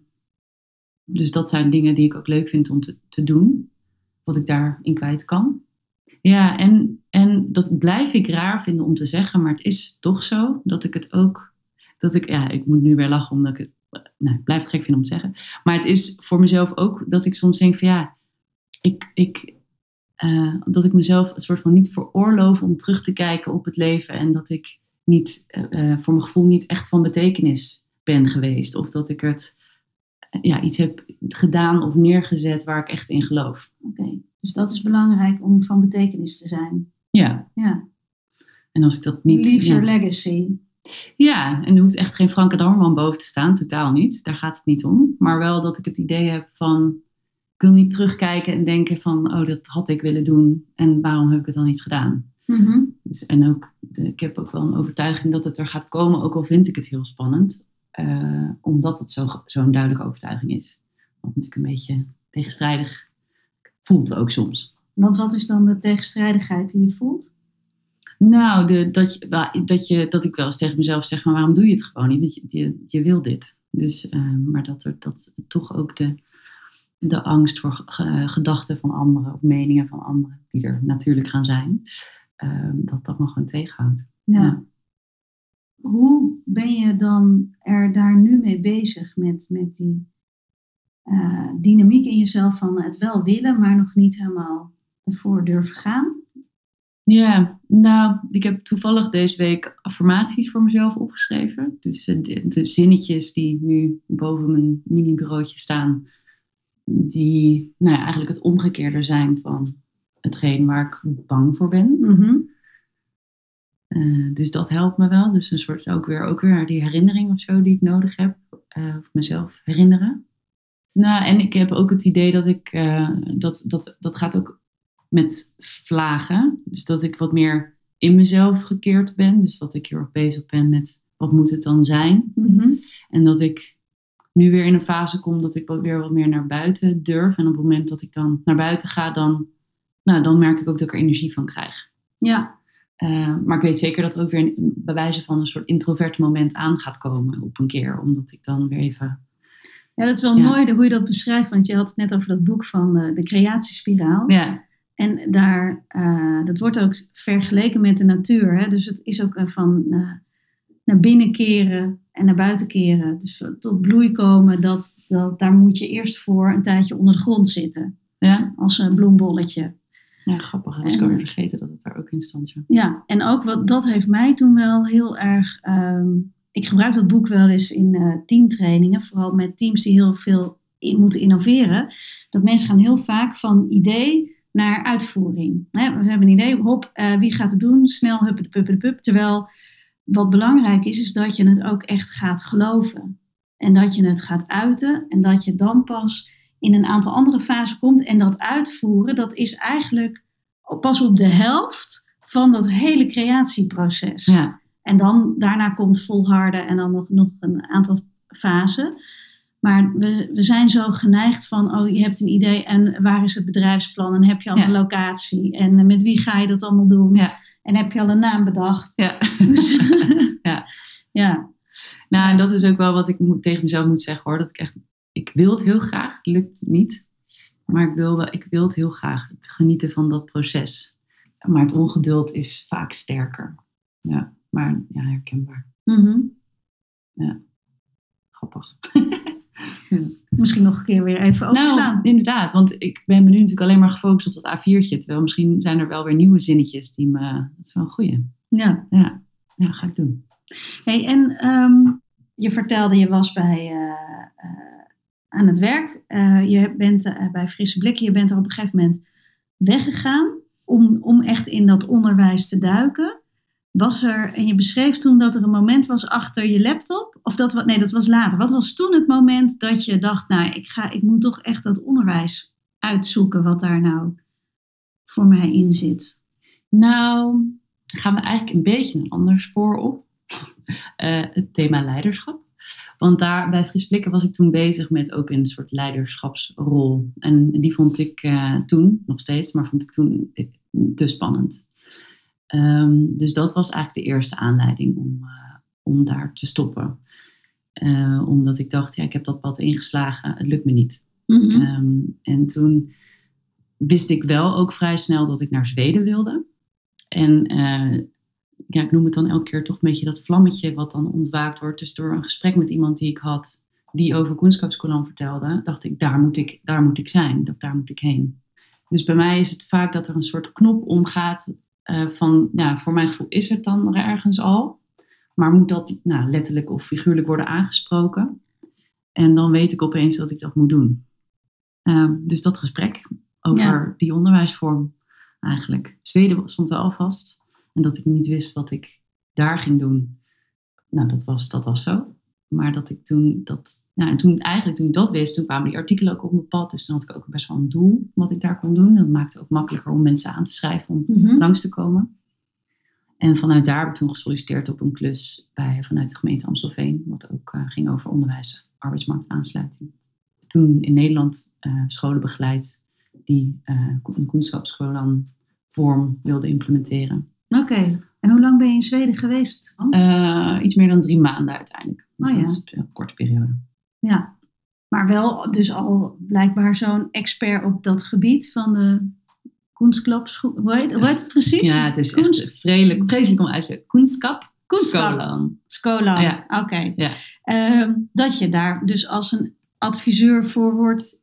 Dus dat zijn dingen die ik ook leuk vind om te, te doen. Wat ik daarin kwijt kan. Ja, en, en dat blijf ik raar vinden om te zeggen. Maar het is toch zo dat ik het ook... Dat ik, ja, ik moet nu weer lachen omdat ik het... Nou, ik blijf het gek vinden om te zeggen. Maar het is voor mezelf ook dat ik soms denk van ja... Ik, ik, uh, dat ik mezelf een soort van niet veroorloof om terug te kijken op het leven. En dat ik niet, uh, voor mijn gevoel niet echt van betekenis ben geweest. Of dat ik het... ja, iets heb gedaan of neergezet waar ik echt in geloof. Oké, okay. Dus dat is belangrijk om van betekenis te zijn. Ja. Ja. En als ik dat niet... Leave ja. your legacy. Ja, en er hoeft echt geen Franke Darman boven te staan. Totaal niet. Daar gaat het niet om. Maar wel dat ik het idee heb van... Ik wil niet terugkijken en denken van... Oh, dat had ik willen doen. En waarom heb ik het dan niet gedaan? Mm-hmm. Dus, en ook, de, ik heb ook wel een overtuiging dat het er gaat komen. Ook al vind ik het heel spannend. Uh, omdat het zo, zo'n duidelijke overtuiging is. Wat natuurlijk een beetje tegenstrijdig voelt ook soms. Want wat is dan de tegenstrijdigheid die je voelt? Nou, de, dat, je, dat, je, dat ik wel eens tegen mezelf zeg, maar waarom doe je het gewoon niet? Want je, je, je wil dit. Dus, uh, maar dat er dat toch ook de, de angst voor uh, gedachten van anderen of meningen van anderen, die er natuurlijk gaan zijn, uh, dat dat me gewoon tegenhoudt. Ja. Ja. Hoe ben je dan er daar nu mee bezig met, met die uh, dynamiek in jezelf van het wel willen, maar nog niet helemaal ervoor durven gaan? Ja, nou, ik heb toevallig deze week affirmaties voor mezelf opgeschreven. Dus de, de zinnetjes die nu boven mijn mini-bureautje staan, die nou ja, eigenlijk het omgekeerde zijn van hetgeen waar ik bang voor ben. Mm-hmm. Uh, dus dat helpt me wel. Dus een soort ook weer, ook weer die herinnering of zo die ik nodig heb. Uh, of mezelf herinneren. Nou, en ik heb ook het idee dat ik, uh, dat, dat, dat gaat ook met vlagen. Dus dat ik wat meer in mezelf gekeerd ben. Dus dat ik heel erg bezig ben met wat moet het dan zijn. Mm-hmm. En dat ik nu weer in een fase kom dat ik weer wat meer naar buiten durf. En op het moment dat ik dan naar buiten ga, dan, nou, dan merk ik ook dat ik er energie van krijg. Ja. Uh, maar ik weet zeker dat er ook weer bij wijze van een soort introvert moment aan gaat komen op een keer. Omdat ik dan weer even... Ja, dat is wel ja. mooi hoe je dat beschrijft. Want je had het net over dat boek van uh, de creatiespiraal. Ja. En daar, uh, dat wordt ook vergeleken met de natuur. Hè? Dus het is ook uh, van uh, naar binnen keren en naar buiten keren. Dus tot bloei komen, dat, dat, daar moet je eerst voor een tijdje onder de grond zitten. Ja. Als een bloembolletje. Ja, grappig. Dat is ik alweer vergeten dat het daar ook in stond. Ja, ja en ook wat, dat heeft mij toen wel heel erg... Um, ik gebruik dat boek wel eens in uh, teamtrainingen. Vooral met teams die heel veel in moeten innoveren. Dat mensen gaan heel vaak van idee naar uitvoering. Hè, we hebben een idee, hop, uh, wie gaat het doen? Snel, huppe de puppe de pup. Terwijl wat belangrijk is, is dat je het ook echt gaat geloven. En dat je het gaat uiten. En dat je dan pas in een aantal andere fasen komt. En dat uitvoeren, dat is eigenlijk pas op de helft van dat hele creatieproces. Ja. En dan, daarna komt volharden en dan nog, nog een aantal fasen. Maar we, we zijn zo geneigd van, oh, je hebt een idee en waar is het bedrijfsplan? En heb je al ja. een locatie? En met wie ga je dat allemaal doen? Ja. En heb je al een naam bedacht? Ja. ja. ja. Nou, en dat is ook wel wat ik moet, tegen mezelf moet zeggen, hoor. Dat ik echt, ik wil het heel graag, het lukt niet. Maar ik wil, wel, ik wil het heel graag, het genieten van dat proces. Maar het ongeduld is vaak sterker. Ja. Maar ja, herkenbaar. Mm-hmm. Ja, grappig. ja. Misschien nog een keer weer even openstaan. Nou, inderdaad. Want ik ben me nu natuurlijk alleen maar gefocust op dat A viertje. Terwijl misschien zijn er wel weer nieuwe zinnetjes die me... Dat is wel een goeie. Ja. Ja, ja, ga ik doen. Hey, en um, je vertelde, je was bij, uh, uh, aan het werk. Uh, je bent uh, bij Frisse Blikken. Je bent er op een gegeven moment weggegaan. Om, om echt in dat onderwijs te duiken. Was er, en je beschreef toen dat er een moment was achter je laptop, of dat, nee, dat was later. Wat was toen het moment dat je dacht, nou, ik, ga, ik moet toch echt dat onderwijs uitzoeken wat daar nou voor mij in zit? Nou, dan gaan we eigenlijk een beetje een ander spoor op. Uh, het thema leiderschap. Want daar bij Frisse Blikken was ik toen bezig met ook een soort leiderschapsrol. En die vond ik uh, toen, nog steeds, maar vond ik toen te spannend. Um, dus dat was eigenlijk de eerste aanleiding om, uh, om daar te stoppen. Uh, omdat ik dacht, ja, ik heb dat pad ingeslagen, het lukt me niet. Mm-hmm. Um, en toen wist ik wel ook vrij snel dat ik naar Zweden wilde. En uh, ja, ik noem het dan elke keer toch een beetje dat vlammetje wat dan ontwaakt wordt. Dus door een gesprek met iemand die ik had, die over Kunskapskolan vertelde, dacht ik, daar moet ik, daar moet ik zijn, of daar moet ik heen. Dus bij mij is het vaak dat er een soort knop omgaat. Uh, van, ja, voor mijn gevoel is het dan er ergens al. Maar moet dat nou, letterlijk of figuurlijk worden aangesproken? En dan weet ik opeens dat ik dat moet doen. Uh, dus dat gesprek over ja. die onderwijsvorm eigenlijk. Zweden stond wel al vast. En dat ik niet wist wat ik daar ging doen. Nou, dat was, dat was zo. Maar dat ik toen dat... Nou, en toen eigenlijk toen ik dat wist, toen kwamen die artikelen ook op mijn pad. Dus toen had ik ook best wel een doel wat ik daar kon doen. Dat maakte het ook makkelijker om mensen aan te schrijven om mm-hmm. langs te komen. En vanuit daar heb ik toen gesolliciteerd op een klus bij, vanuit de gemeente Amstelveen. Wat ook uh, ging over onderwijs, arbeidsmarktaansluiting. Toen in Nederland uh, scholen begeleid die uh, een kunskapsschoolvorm vorm wilden implementeren. Oké, okay. En hoe lang ben je in Zweden geweest? Uh, iets meer dan drie maanden uiteindelijk. Dus oh, ja. Dat is een korte periode. Ja, maar wel dus al blijkbaar zo'n expert op dat gebied van de kunskapsschool. Hoe heet, hoe heet het precies? Ja, het is Kunst... echt vreselijk, vreselijk om uit te zeggen. Kunskap. Kunskap. Skolan. Ja. Oké. Okay. Ja. Uh, dat je daar dus als een adviseur voor wordt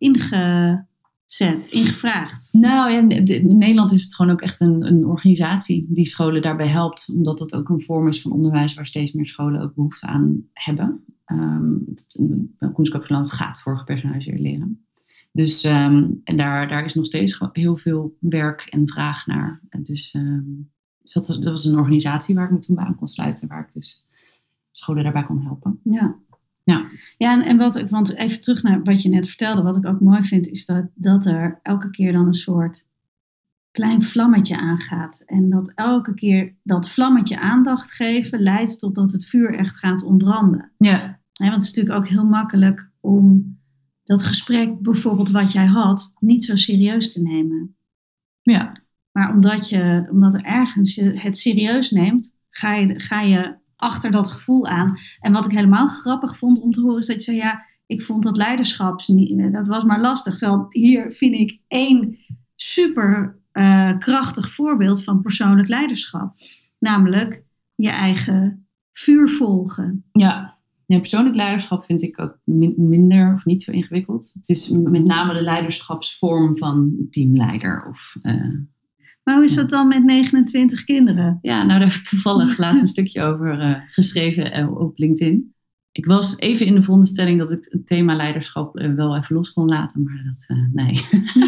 ingezet, ingevraagd. Nou ja, in Nederland is het gewoon ook echt een, een organisatie die scholen daarbij helpt. Omdat dat ook een vorm is van onderwijs waar steeds meer scholen ook behoefte aan hebben. Um, Kunskapsland gaat voor gepersonaliseerd leren. Dus um, en daar, daar is nog steeds heel veel werk en vraag naar. En dus um, dus dat, was, dat was een organisatie waar ik me toen bij aan kon sluiten. Waar ik dus scholen daarbij kon helpen. Ja. Ja, ja en, en wat, want even terug naar wat je net vertelde. Wat ik ook mooi vind is dat, dat er elke keer dan een soort klein vlammetje aangaat. En dat elke keer dat vlammetje aandacht geven leidt tot dat het vuur echt gaat ontbranden. Ja. Ja, want het is natuurlijk ook heel makkelijk om dat gesprek, bijvoorbeeld wat jij had, niet zo serieus te nemen. Ja. Maar omdat, je, omdat er ergens je het serieus neemt, ga je, ga je achter dat gevoel aan. En wat ik helemaal grappig vond om te horen is dat je zei, ja, ik vond dat leiderschap, dat was maar lastig. Terwijl hier vind ik één super uh, krachtig voorbeeld van persoonlijk leiderschap. Namelijk je eigen vuur volgen. Ja. Ja, persoonlijk leiderschap vind ik ook min, minder of niet zo ingewikkeld. Het is met name de leiderschapsvorm van teamleider. Of, uh, maar hoe is dat dan met negenentwintig kinderen? Ja, nou daar heb ik toevallig laatst een stukje over uh, geschreven uh, op LinkedIn. Ik was even in de veronderstelling dat ik het thema leiderschap uh, wel even los kon laten. Maar dat, uh, nee.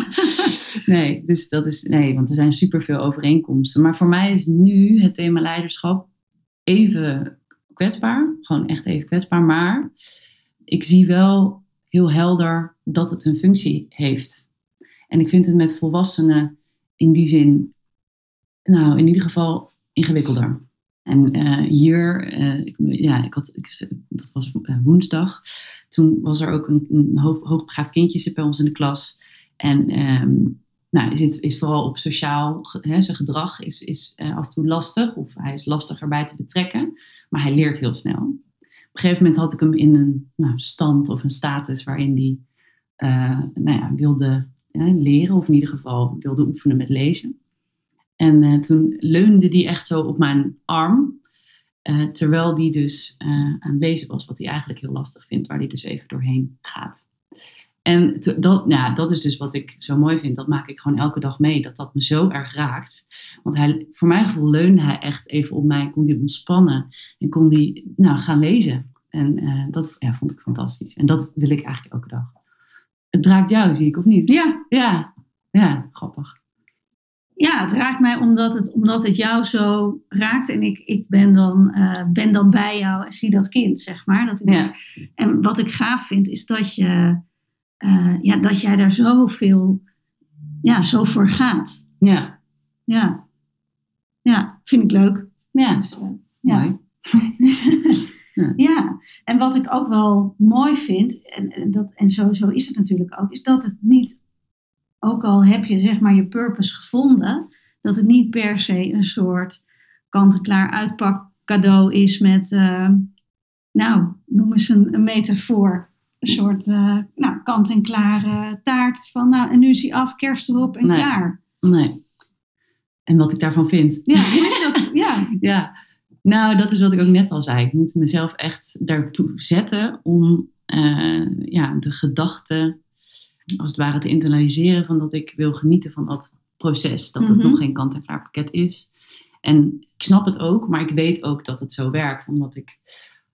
nee, dus dat is, nee, want er zijn superveel overeenkomsten. Maar voor mij is nu het thema leiderschap even kwetsbaar, gewoon echt even kwetsbaar, maar ik zie wel heel helder dat het een functie heeft. En ik vind het met volwassenen in die zin, nou in ieder geval ingewikkelder. En uh, hier, uh, ik, ja, ik had, ik, dat was uh, woensdag, toen was er ook een, een hoog, hoogbegaafd kindje zit bij ons in de klas. En um, nou, is, is vooral op sociaal, hè, zijn gedrag is, is uh, af en toe lastig, of hij is lastig erbij te betrekken. Maar hij leert heel snel. Op een gegeven moment had ik hem in een nou, stand of een status waarin hij uh, nou ja, wilde ja, leren. Of in ieder geval wilde oefenen met lezen. En uh, toen leunde hij echt zo op mijn arm. Uh, terwijl hij dus uh, aan het lezen was. Wat hij eigenlijk heel lastig vindt. Waar hij dus even doorheen gaat. En t- dat, nou, dat is dus wat ik zo mooi vind. Dat maak ik gewoon elke dag mee. Dat dat me zo erg raakt. Want hij, voor mijn gevoel leunde hij echt even op mij. Kon hij ontspannen. En kon hij nou, gaan lezen. En uh, dat ja, vond ik fantastisch. En dat wil ik eigenlijk elke dag. Het raakt jou, zie ik, of niet? Ja. Ja, ja, grappig. Ja, het raakt mij omdat het, omdat het jou zo raakt. En ik, ik ben, dan, uh, ben dan bij jou en zie dat kind, zeg maar. Dat ik ja. denk, en wat ik gaaf vind, is dat je... Uh, ja, dat jij daar zoveel, ja, zo voor gaat. Ja. Ja. Ja, vind ik leuk. Ja, dus, uh, ja. Mooi. ja. ja, en wat ik ook wel mooi vind, en, en, dat, en zo, zo is het natuurlijk ook, is dat het niet, ook al heb je zeg maar je purpose gevonden, dat het niet per se een soort kant-en-klaar uitpak cadeau is met, uh, nou, noem eens een, een metafoor. Een soort uh, nou, kant-en-klare taart van, nou, en nu is hij af, kerst erop en nee. klaar. Nee. En wat ik daarvan vind. Ja, hoe is dat? Ja. ja. Nou, dat is wat ik ook net al zei. Ik moet mezelf echt daartoe zetten om uh, ja, de gedachte, als het ware, te internaliseren van dat ik wil genieten van dat proces. Dat het mm-hmm. nog geen kant-en-klaar pakket is. En ik snap het ook, maar ik weet ook dat het zo werkt. Omdat ik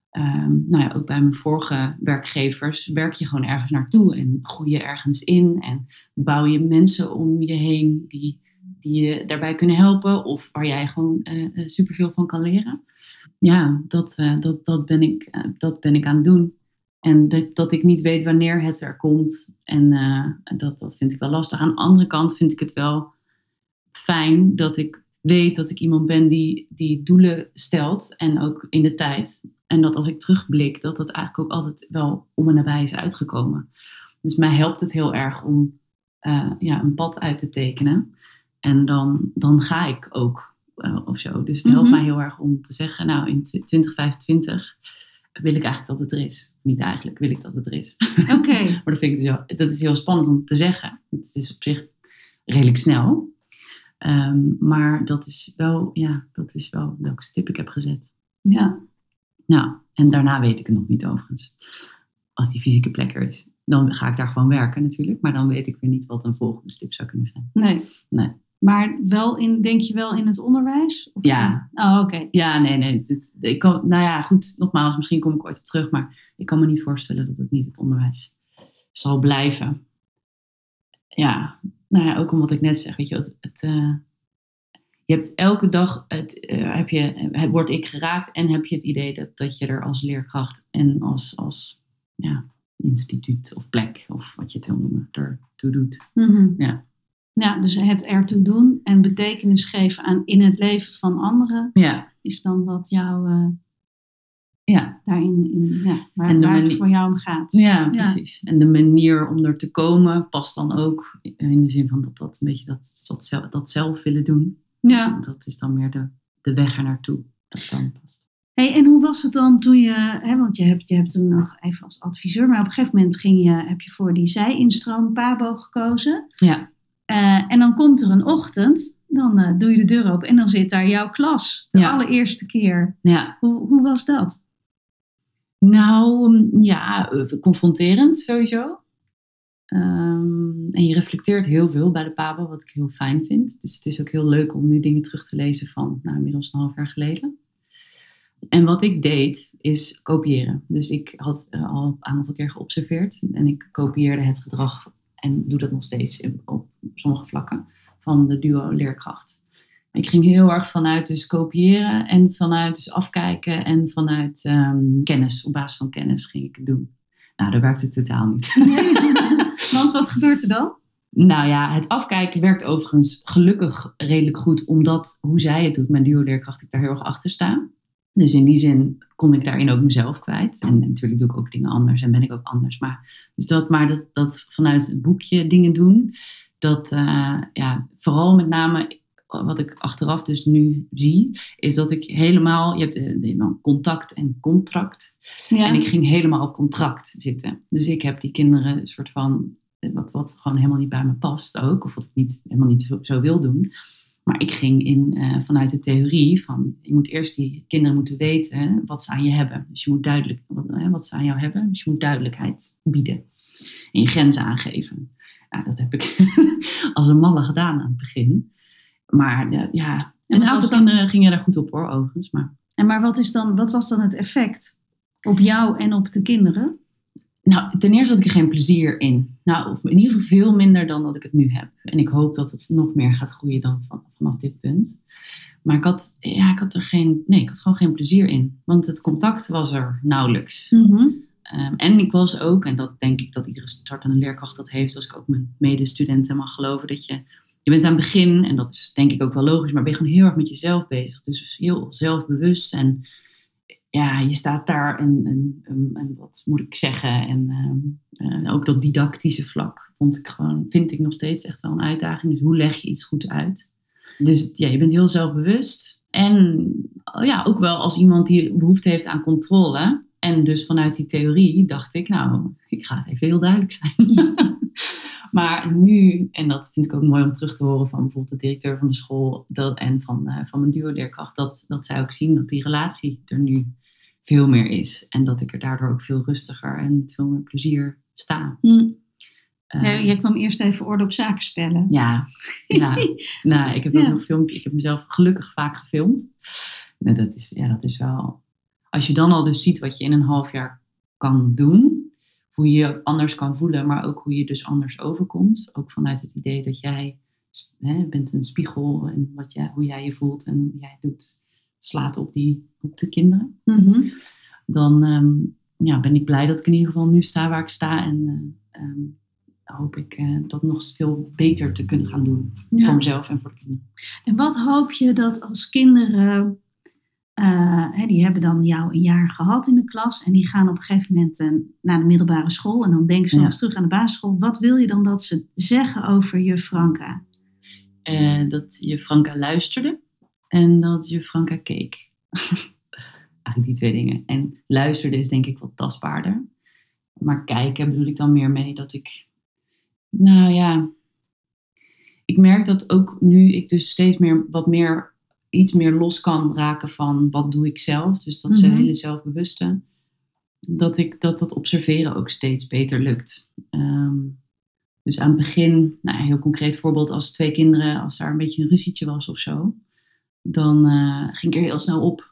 Um, nou ja, ook bij mijn vorige werkgevers werk je gewoon ergens naartoe en groei je ergens in en bouw je mensen om je heen die, die je daarbij kunnen helpen of waar jij gewoon uh, superveel van kan leren. Ja, dat, uh, dat, dat, ben ik, uh, dat ben ik aan het doen. En dat, dat ik niet weet wanneer het er komt. En uh, dat, dat vind ik wel lastig. Aan de andere kant vind ik het wel fijn dat ik weet dat ik iemand ben die, die doelen stelt. En ook in de tijd. En dat als ik terugblik, dat dat eigenlijk ook altijd wel om en nabij is uitgekomen. Dus mij helpt het heel erg om uh, ja, een pad uit te tekenen. En dan, dan ga ik ook uh, of zo. Dus het helpt mm-hmm. mij heel erg om te zeggen, nou in twintig vijfentwintig wil ik eigenlijk dat het er is. Niet eigenlijk, wil ik dat het er is. Oké. Okay. Maar dat vind ik dus heel, dat is heel spannend om te zeggen. Het is op zich redelijk snel. Um, maar dat is wel, ja, dat is wel welke stip ik heb gezet. Ja. Nou, en daarna weet ik het nog niet overigens. Als die fysieke plek er is. Dan ga ik daar gewoon werken natuurlijk. Maar dan weet ik weer niet wat een volgende stip zou kunnen zijn. Nee. Nee. Maar wel in, denk je wel in het onderwijs? Of ja. Oh, oké. Okay. Ja, nee, nee. Het, het, ik kan, nou ja, goed. Nogmaals, misschien kom ik ooit op terug. Maar ik kan me niet voorstellen dat het niet het onderwijs zal blijven. Ja, nou ja, ook omdat ik net zeg, weet je, het, het, uh, je hebt elke dag, het, uh, heb je, het, word ik geraakt en heb je het idee dat, dat je er als leerkracht en als, als ja, instituut of plek of wat je het wil noemen, ertoe doet. Mm-hmm. Ja. Ja, dus het ertoe doen en betekenis geven aan in het leven van anderen, ja. is dan wat jou uh, ja. daarin, in, ja, waar, en waar manier, het voor jou om gaat. Ja, ja, precies. En de manier om er te komen past dan ook in de zin van dat dat een beetje dat, dat, zelf, dat zelf willen doen. Ja. Dat is dan meer de, de weg er naartoe. Dat dan past. Hey, en hoe was het dan toen je, hè, want je hebt, je hebt toen nog even als adviseur, maar op een gegeven moment ging je, heb je voor die zij-instroom Pabo gekozen. Ja. Uh, en dan komt er een ochtend, dan uh, doe je de deur open en dan zit daar jouw klas. De ja. allereerste keer. Ja. Hoe, hoe was dat? Nou, ja, confronterend sowieso. Um, en je reflecteert heel veel bij de Pabo, wat ik heel fijn vind. Dus het is ook heel leuk om nu dingen terug te lezen van, nou, inmiddels een half jaar geleden. En wat ik deed, is kopiëren. Dus ik had uh, al een aantal keer geobserveerd. En ik kopieerde het gedrag, en doe dat nog steeds op sommige vlakken, van de duo leerkracht. Ik ging heel erg vanuit dus kopiëren en vanuit dus afkijken en vanuit um, kennis. Op basis van kennis ging ik het doen. Nou, dat werkte totaal niet. Nee. Want wat gebeurt er dan? Nou ja, het afkijken werkt overigens gelukkig redelijk goed, omdat hoe zij het doet, mijn duo-leerkracht, ik daar heel erg achter sta. Dus in die zin kon ik daarin ook mezelf kwijt. En natuurlijk doe ik ook dingen anders en ben ik ook anders. Maar, dus dat, maar dat, dat vanuit het boekje dingen doen, dat uh, ja, vooral met name wat ik achteraf dus nu zie, is dat ik helemaal, je hebt de, de, contact en contract. Ja. En ik ging helemaal op contract zitten. Dus ik heb die kinderen een soort van, wat, wat gewoon helemaal niet bij me past ook, of wat ik niet, helemaal niet zo, zo wil doen. Maar ik ging in, uh, vanuit de theorie van, je moet eerst die kinderen moeten weten wat ze aan je hebben. Dus je moet duidelijk, wat, hè, wat ze aan jou hebben. Dus je moet duidelijkheid bieden. En je grenzen aangeven. Nou, dat heb ik als een malle gedaan aan het begin. Maar uh, ja, en een aantal kinderen gingen daar goed op hoor, overigens. Maar, en maar wat, is dan, wat was dan het effect op jou en op de kinderen? Nou, ten eerste had ik er geen plezier in. Nou, of in ieder geval veel minder dan dat ik het nu heb. En ik hoop dat het nog meer gaat groeien dan van, vanaf dit punt. Maar ik had, ja, ik had er geen, nee, ik had gewoon geen plezier in. Want het contact was er nauwelijks. Mm-hmm. Um, en ik was ook, en dat denk ik dat iedere startende leerkracht dat heeft, als ik ook mijn medestudenten mag geloven, dat je, je bent aan het begin, en dat is denk ik ook wel logisch, maar ben je gewoon heel erg met jezelf bezig. Dus heel zelfbewust en ja, je staat daar en, en, en, en wat moet ik zeggen. En um, uh, ook dat didactische vlak vond ik gewoon, vind ik nog steeds echt wel een uitdaging. Dus hoe leg je iets goed uit? Dus ja, je bent heel zelfbewust. En ja, ook wel als iemand die behoefte heeft aan controle. En dus vanuit die theorie dacht ik, nou, ik ga het even heel duidelijk zijn. Maar nu, en dat vind ik ook mooi om terug te horen van bijvoorbeeld de directeur van de school dat, en van, uh, van mijn duo-leerkracht, dat, dat zij ook zien dat die relatie er nu veel meer is. En dat ik er daardoor ook veel rustiger en met veel meer plezier sta. Hmm. Uh, ja, jij kwam eerst even orde op zaken stellen. Ja, ja. nou, ik heb ook ja. nog filmpjes. Ik heb mezelf gelukkig vaak gefilmd. Nou, dat is, ja, dat is wel. als je dan al dus ziet wat je in een half jaar kan doen, hoe je je anders kan voelen, maar ook hoe je dus anders overkomt. Ook vanuit het idee dat jij hè, bent een spiegel en wat jij, hoe jij je voelt en hoe jij het doet, slaat op, die, op de kinderen. Mm-hmm. Dan um, ja, ben ik blij dat ik in ieder geval nu sta waar ik sta en uh, um, hoop ik uh, dat nog veel beter te kunnen gaan doen. Ja. Voor mezelf en voor de kinderen. En wat hoop je dat als kinderen, uh, hè, die hebben dan jou een jaar gehad in de klas en die gaan op een gegeven moment uh, naar de middelbare school en dan denken ze nog ja. eens terug aan de basisschool. Wat wil je dan dat ze zeggen over juf Franka? Uh, dat juf Franka luisterde en dat juf Franka keek. Eigenlijk die twee dingen. En luisterde is denk ik wat tastbaarder. Maar kijken bedoel ik dan meer mee dat ik... Nou ja... Ik merk dat ook nu ik dus steeds meer wat meer... iets meer los kan raken van wat doe ik zelf. Dus dat is een mm-hmm. hele zelfbewuste. Dat ik dat, dat observeren ook steeds beter lukt. Um, dus aan het begin... Nou, een heel concreet voorbeeld als twee kinderen... Als daar een beetje een ruzietje was of zo... Dan uh, ging ik er heel snel op.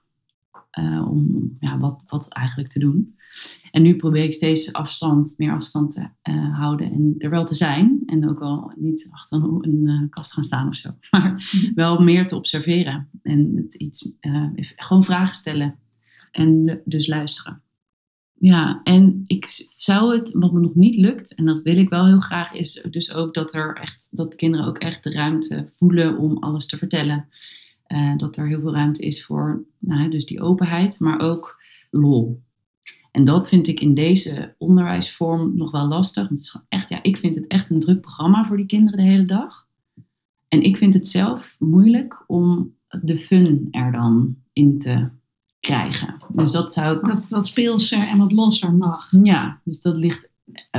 Uh, om ja, wat, wat eigenlijk te doen. En nu probeer ik steeds afstand, meer afstand te uh, houden en er wel te zijn. En ook wel niet achter een, een uh, kast gaan staan of zo. Maar mm-hmm. wel meer te observeren. En het iets, uh, gewoon vragen stellen. En dus luisteren. Ja, en ik zou het, wat me nog niet lukt, en dat wil ik wel heel graag, is dus ook dat er echt, dat kinderen ook echt de ruimte voelen om alles te vertellen. Uh, dat er heel veel ruimte is voor nou, dus die openheid, maar ook lol. En dat vind ik in deze onderwijsvorm nog wel lastig. Want het is gewoon echt, ja, ik vind het echt een druk programma voor die kinderen de hele dag. En ik vind het zelf moeilijk om de fun er dan in te krijgen. Dus dat zou ik... Dat het wat speelser en wat losser mag. Ja, dus dat ligt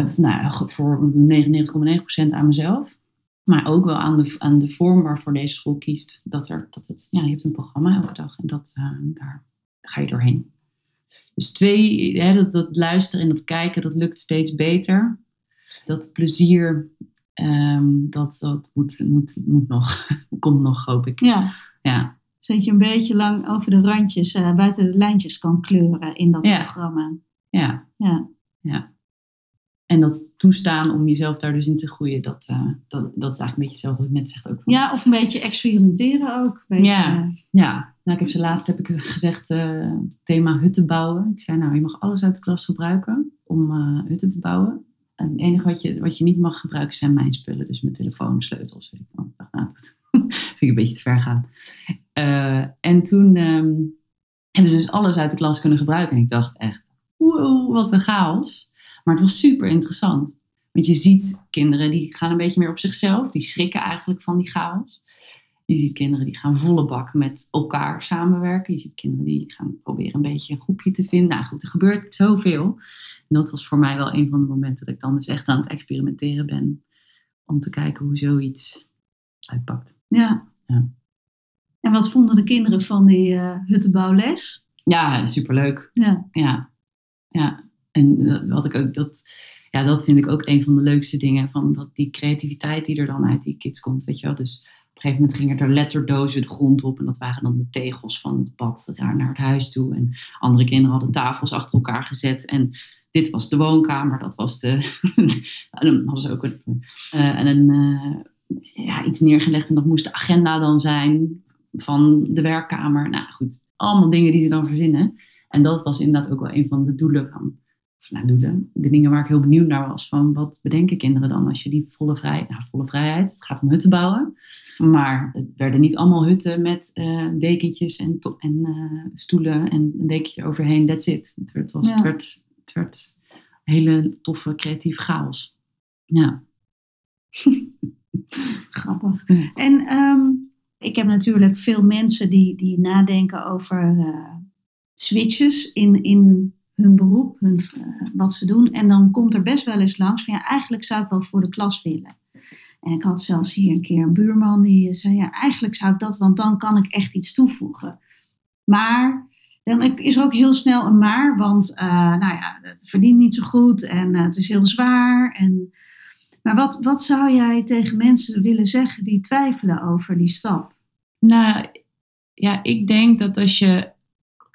nou, voor negenennegentig komma negen procent aan mezelf. Maar ook wel aan de, aan de vorm waarvoor deze school kiest. Dat er, dat het, ja, je hebt een programma elke dag en dat, uh, daar ga je doorheen. Dus twee, hè, dat, dat luisteren en dat kijken, dat lukt steeds beter. Dat plezier, um, dat, dat moet, moet, moet nog, komt nog, hoop ik. Ja. Ja. Zodat je een beetje lang over de randjes, uh, buiten de lijntjes kan kleuren in dat ja. programma. Ja. Ja. Ja. En dat toestaan om jezelf daar dus in te groeien, dat, uh, dat, dat is eigenlijk een beetje hetzelfde wat ik net zeg ook. Van. Ja, of een beetje experimenteren ook. Beetje, ja, uh... ja. Nou, ik heb ze laatst heb ik gezegd, uh, thema hutten bouwen. Ik zei, nou, je mag alles uit de klas gebruiken om uh, hutten te bouwen. En het enige wat je, wat je niet mag gebruiken zijn mijn spullen. Dus mijn telefoon, sleutels. Ik oh, nou, dat vind ik een beetje te ver gaan. Uh, en toen um, hebben ze dus alles uit de klas kunnen gebruiken. En ik dacht echt, wow, wat een chaos. Maar het was super interessant. Want je ziet kinderen die gaan een beetje meer op zichzelf. Die schrikken eigenlijk van die chaos. Je ziet kinderen die gaan volle bak met elkaar samenwerken. Je ziet kinderen die gaan proberen een beetje een groepje te vinden. Nou goed, er gebeurt zoveel. En dat was voor mij wel een van de momenten dat ik dan dus echt aan het experimenteren ben. Om te kijken hoe zoiets uitpakt. Ja. ja. En wat vonden de kinderen van die uh, huttenbouwles? Ja, superleuk. Ja. Ja. Ja. En wat ik ook, dat, ja, dat vind ik ook een van de leukste dingen. Van dat die creativiteit die er dan uit die kids komt. Weet je wel? Dus op een gegeven moment gingen er letterdozen de grond op. En dat waren dan de tegels van het pad naar het huis toe. En andere kinderen hadden tafels achter elkaar gezet. En dit was de woonkamer. Dat was de... en dan hadden ze ook een, uh, en een, uh, ja, iets neergelegd. En dat moest de agenda dan zijn van de werkkamer. Nou goed, allemaal dingen die ze dan verzinnen. En dat was inderdaad ook wel een van de doelen van... Of nou, doelen. De dingen waar ik heel benieuwd naar was. Van wat bedenken kinderen dan als je die volle vrijheid... Nou, volle vrijheid. Het gaat om hutten bouwen. Maar het werden niet allemaal hutten met uh, dekentjes en, to- en uh, stoelen en een dekentje overheen. That's it. Het werd, was, ja. het werd, het werd een hele toffe creatieve chaos. Ja. Grappig. Ja. En um, ik heb natuurlijk veel mensen die, die nadenken over uh, switches in... in hun beroep, hun, uh, wat ze doen. En dan komt er best wel eens langs van ja, eigenlijk zou ik wel voor de klas willen. En ik had zelfs hier een keer een buurman die zei ja, eigenlijk zou ik dat, want dan kan ik echt iets toevoegen. Maar dan is er ook heel snel een maar, want uh, nou ja, het verdient niet zo goed en uh, het is heel zwaar. En, maar wat, wat zou jij tegen mensen willen zeggen die twijfelen over die stap? Nou ja, ik denk dat als je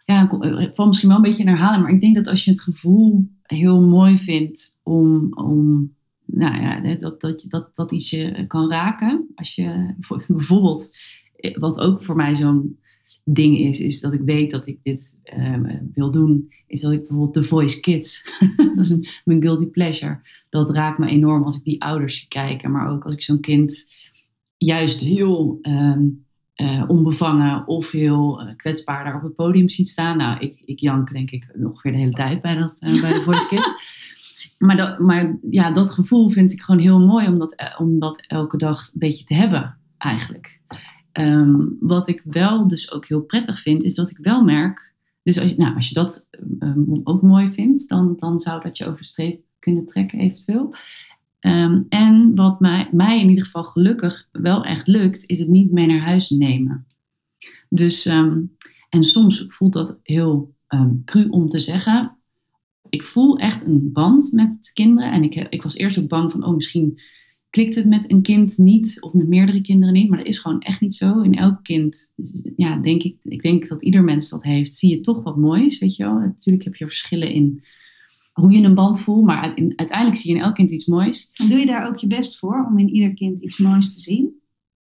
ja, ik val misschien wel een beetje in herhaling, maar ik denk dat als je het gevoel heel mooi vindt om, om nou ja, dat, dat, dat, dat iets je kan raken. Als je bijvoorbeeld, wat ook voor mij zo'n ding is, is dat ik weet dat ik dit uh, wil doen, is dat ik bijvoorbeeld The Voice Kids, dat is een, mijn guilty pleasure, dat raakt me enorm als ik die ouders zie kijken, maar ook als ik zo'n kind juist heel um, uh, onbevangen of heel uh, kwetsbaar daar op het podium ziet staan. Nou, ik, ik jank denk ik ongeveer de hele tijd bij, dat, uh, bij The Voice Kids. Maar, dat, maar ja, dat gevoel vind ik gewoon heel mooi om dat, om dat elke dag een beetje te hebben eigenlijk. Um, wat ik wel dus ook heel prettig vind, is dat ik wel merk, dus als je, nou, als je dat um, ook mooi vindt, dan, dan zou dat je over de streep kunnen trekken eventueel. Um, en wat mij, mij in ieder geval gelukkig wel echt lukt, is het niet mee naar huis nemen. Dus, um, en soms voelt dat heel um, cru om te zeggen. Ik voel echt een band met kinderen. En ik, ik was eerst ook bang van, oh misschien klikt het met een kind niet of met meerdere kinderen niet. Maar dat is gewoon echt niet zo. In elk kind, ja, denk ik, ik denk dat ieder mens dat heeft, zie je toch wat moois, weet je wel. Natuurlijk heb je verschillen in hoe je een band voelt, maar uiteindelijk zie je in elk kind iets moois. En doe je daar ook je best voor om in ieder kind iets moois te zien?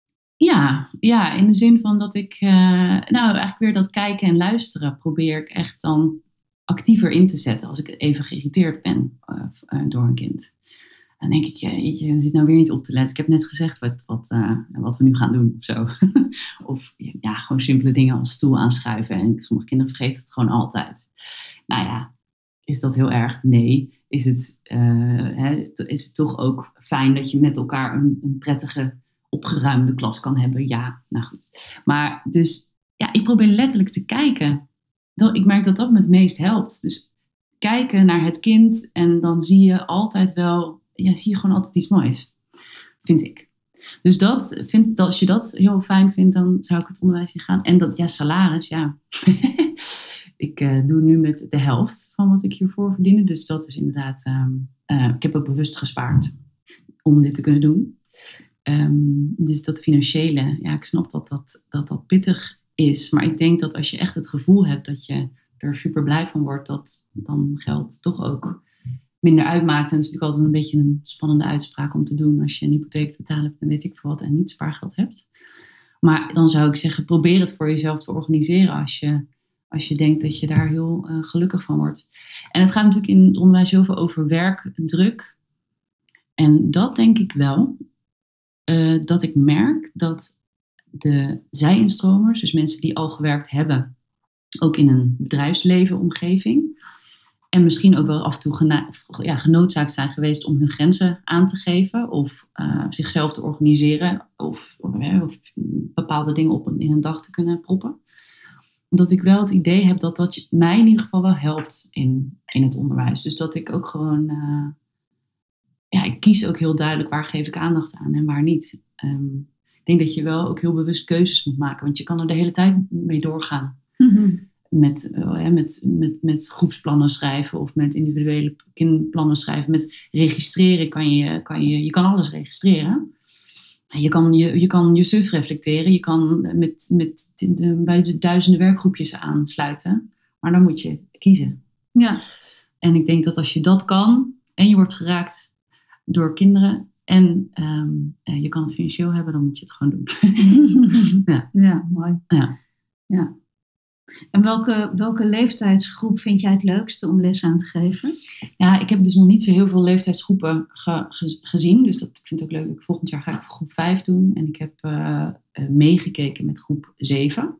Ja, ja, in de zin van dat ik, uh, nou eigenlijk weer dat kijken en luisteren probeer ik echt dan actiever in te zetten als ik even geïrriteerd ben uh, uh, door een kind. Dan denk ik, je, je zit nou weer niet op te letten. Ik heb net gezegd wat, wat, uh, wat we nu gaan doen of zo. Of ja, gewoon simpele dingen als stoel aanschuiven. En sommige kinderen vergeten het gewoon altijd. Nou ja, is dat heel erg? Nee. Is het, uh, hè, is het toch ook fijn dat je met elkaar een, een prettige, opgeruimde klas kan hebben? Ja, nou goed. Maar dus, ja, ik probeer letterlijk te kijken. Ik merk dat dat me het meest helpt. Dus kijken naar het kind en dan zie je altijd wel, ja, zie je gewoon altijd iets moois. Vind ik. Dus dat, vind, dat, als je dat heel fijn vindt, dan zou ik het onderwijs in gaan. En dat, ja, salaris, ja. Ik uh, doe nu met de helft van wat ik hiervoor verdiende. Dus dat is inderdaad, um, uh, ik heb ook bewust gespaard om dit te kunnen doen. Um, dus dat financiële, ja, ik snap dat dat, dat dat pittig is. Maar ik denk dat als je echt het gevoel hebt dat je er super blij van wordt, dat dan geld toch ook minder uitmaakt. En het is natuurlijk altijd een beetje een spannende uitspraak om te doen als je een hypotheek te betalen hebt en weet ik veel wat en niet spaargeld hebt. Maar dan zou ik zeggen, probeer het voor jezelf te organiseren als je, als je denkt dat je daar heel uh, gelukkig van wordt. En het gaat natuurlijk in het onderwijs heel veel over werkdruk. En dat denk ik wel, uh, dat ik merk dat de zij-instromers, dus mensen die al gewerkt hebben, ook in een bedrijfsleven omgeving, en misschien ook wel af en toe gena- ja, genoodzaakt zijn geweest om hun grenzen aan te geven of uh, zichzelf te organiseren of, of, of bepaalde dingen op een, in een dag te kunnen proppen. Dat ik wel het idee heb dat dat mij in ieder geval wel helpt in, in het onderwijs. Dus dat ik ook gewoon, uh, ja, ik kies ook heel duidelijk waar geef ik aandacht aan en waar niet. Um, ik denk dat je wel ook heel bewust keuzes moet maken, want je kan er de hele tijd mee doorgaan. Mm-hmm. Met, uh, met, met, met groepsplannen schrijven of met individuele kindplannen schrijven. Met registreren kan je, kan je, je kan alles registreren. Je kan je, je, kan je suf reflecteren. Je kan met, met de, bij de duizenden werkgroepjes aansluiten. Maar dan moet je kiezen. Ja. En ik denk dat als je dat kan en je wordt geraakt door kinderen en um, je kan het financieel hebben, dan moet je het gewoon doen. Ja. Ja, mooi. Ja. Ja. En welke, welke leeftijdsgroep vind jij het leukste om les aan te geven? Ja, ik heb dus nog niet zo heel veel leeftijdsgroepen ge, ge, gezien. Dus dat, ik vind het ook leuk. Volgend jaar ga ik groep vijf doen. En ik heb uh, uh, meegekeken met groep zeven.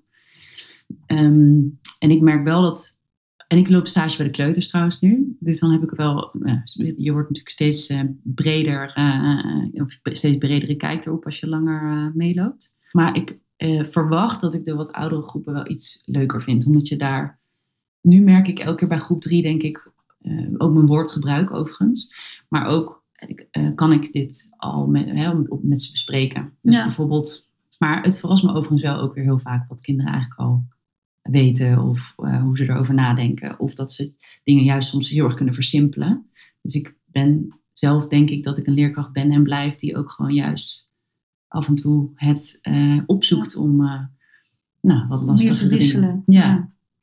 Um, en ik merk wel dat... En ik loop stage bij de kleuters trouwens nu. Dus dan heb ik wel... Uh, je wordt natuurlijk steeds uh, breder... Uh, of steeds bredere kijk erop als je langer uh, meeloopt. Maar ik... Uh, verwacht dat ik de wat oudere groepen wel iets leuker vind. Omdat je daar... Nu merk ik elke keer bij groep drie, denk ik... Uh, ook mijn woordgebruik overigens. Maar ook uh, kan ik dit al met, hè, met ze bespreken. Dus ja. Bijvoorbeeld... Maar het verrast me overigens wel ook weer heel vaak... wat kinderen eigenlijk al weten. Of uh, hoe ze erover nadenken. Of dat ze dingen juist soms heel erg kunnen versimpelen. Dus ik ben zelf denk ik dat ik een leerkracht ben en blijf... die ook gewoon juist... af en toe het uh, opzoekt ja. om uh, nou, wat lastigere te wisselen. Dingen. Ja.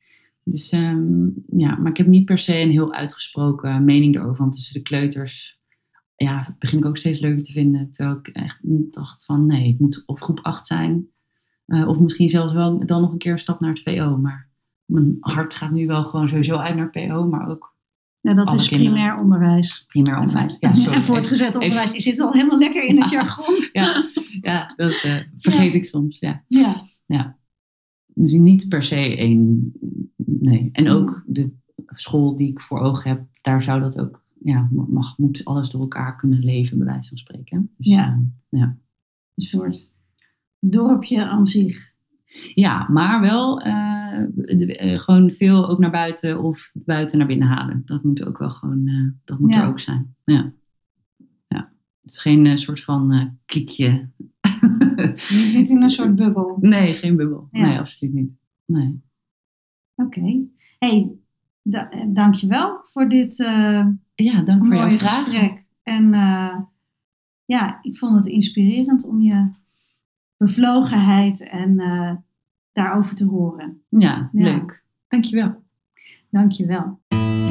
Dus um, ja, maar ik heb niet per se een heel uitgesproken mening erover. Want tussen de kleuters ja, begin ik ook steeds leuker te vinden. Terwijl ik echt dacht van nee, het moet op groep acht zijn. Uh, of misschien zelfs wel dan nog een keer een stap naar het V O. Maar mijn hart gaat nu wel gewoon sowieso uit naar P O, maar ook... Ja, dat is kinderen. primair onderwijs. Primair onderwijs, ja, sorry. En voortgezet onderwijs, even. Je zit al helemaal lekker in het ja, jargon. Ja, ja dat uh, vergeet ja. ik soms, ja. Ja. ja. Dus niet per se één, nee. En ook de school die ik voor ogen heb, daar zou dat ook, ja, mag, moet alles door elkaar kunnen leven, bij wijze van spreken. Dus, ja. Uh, ja. Een soort dorpje aan zich. Ja, maar wel uh, uh, gewoon veel ook naar buiten of buiten naar binnen halen. Dat moet ook wel gewoon, uh, dat moet ja. er ook zijn. Ja. Ja. Het is geen uh, soort van uh, kliekje. Niet in een soort bubbel? Nee, geen bubbel. Ja. Nee, absoluut niet. Nee. Oké. Okay. Hey, da- dank je wel voor dit uh, ja, dank voor jouw vraag. gesprek. En uh, ja, ik vond het inspirerend om je bevlogenheid en uh, daarover te horen. Ja, ja, leuk. Dank je wel. Dank je wel.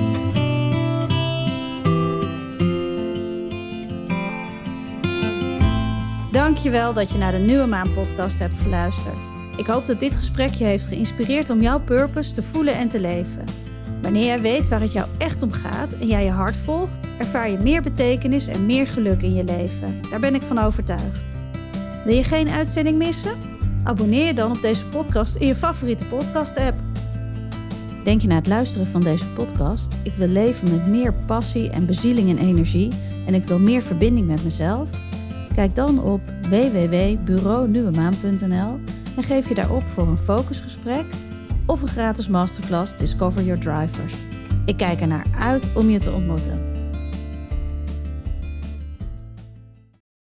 Dank je wel dat je naar de Nieuwe Maan podcast hebt geluisterd. Ik hoop dat dit gesprek je heeft geïnspireerd om jouw purpose te voelen en te leven. Wanneer jij weet waar het jou echt om gaat en jij je hart volgt, ervaar je meer betekenis en meer geluk in je leven. Daar ben ik van overtuigd. Wil je geen uitzending missen? Abonneer je dan op deze podcast in je favoriete podcast-app. Denk je na het luisteren van deze podcast, ik wil leven met meer passie en bezieling en energie en ik wil meer verbinding met mezelf? Kijk dan op w w w punt bureau nieuwe maan punt n l en geef je daarop voor een focusgesprek of een gratis masterclass Discover Your Drivers. Ik kijk ernaar uit om je te ontmoeten.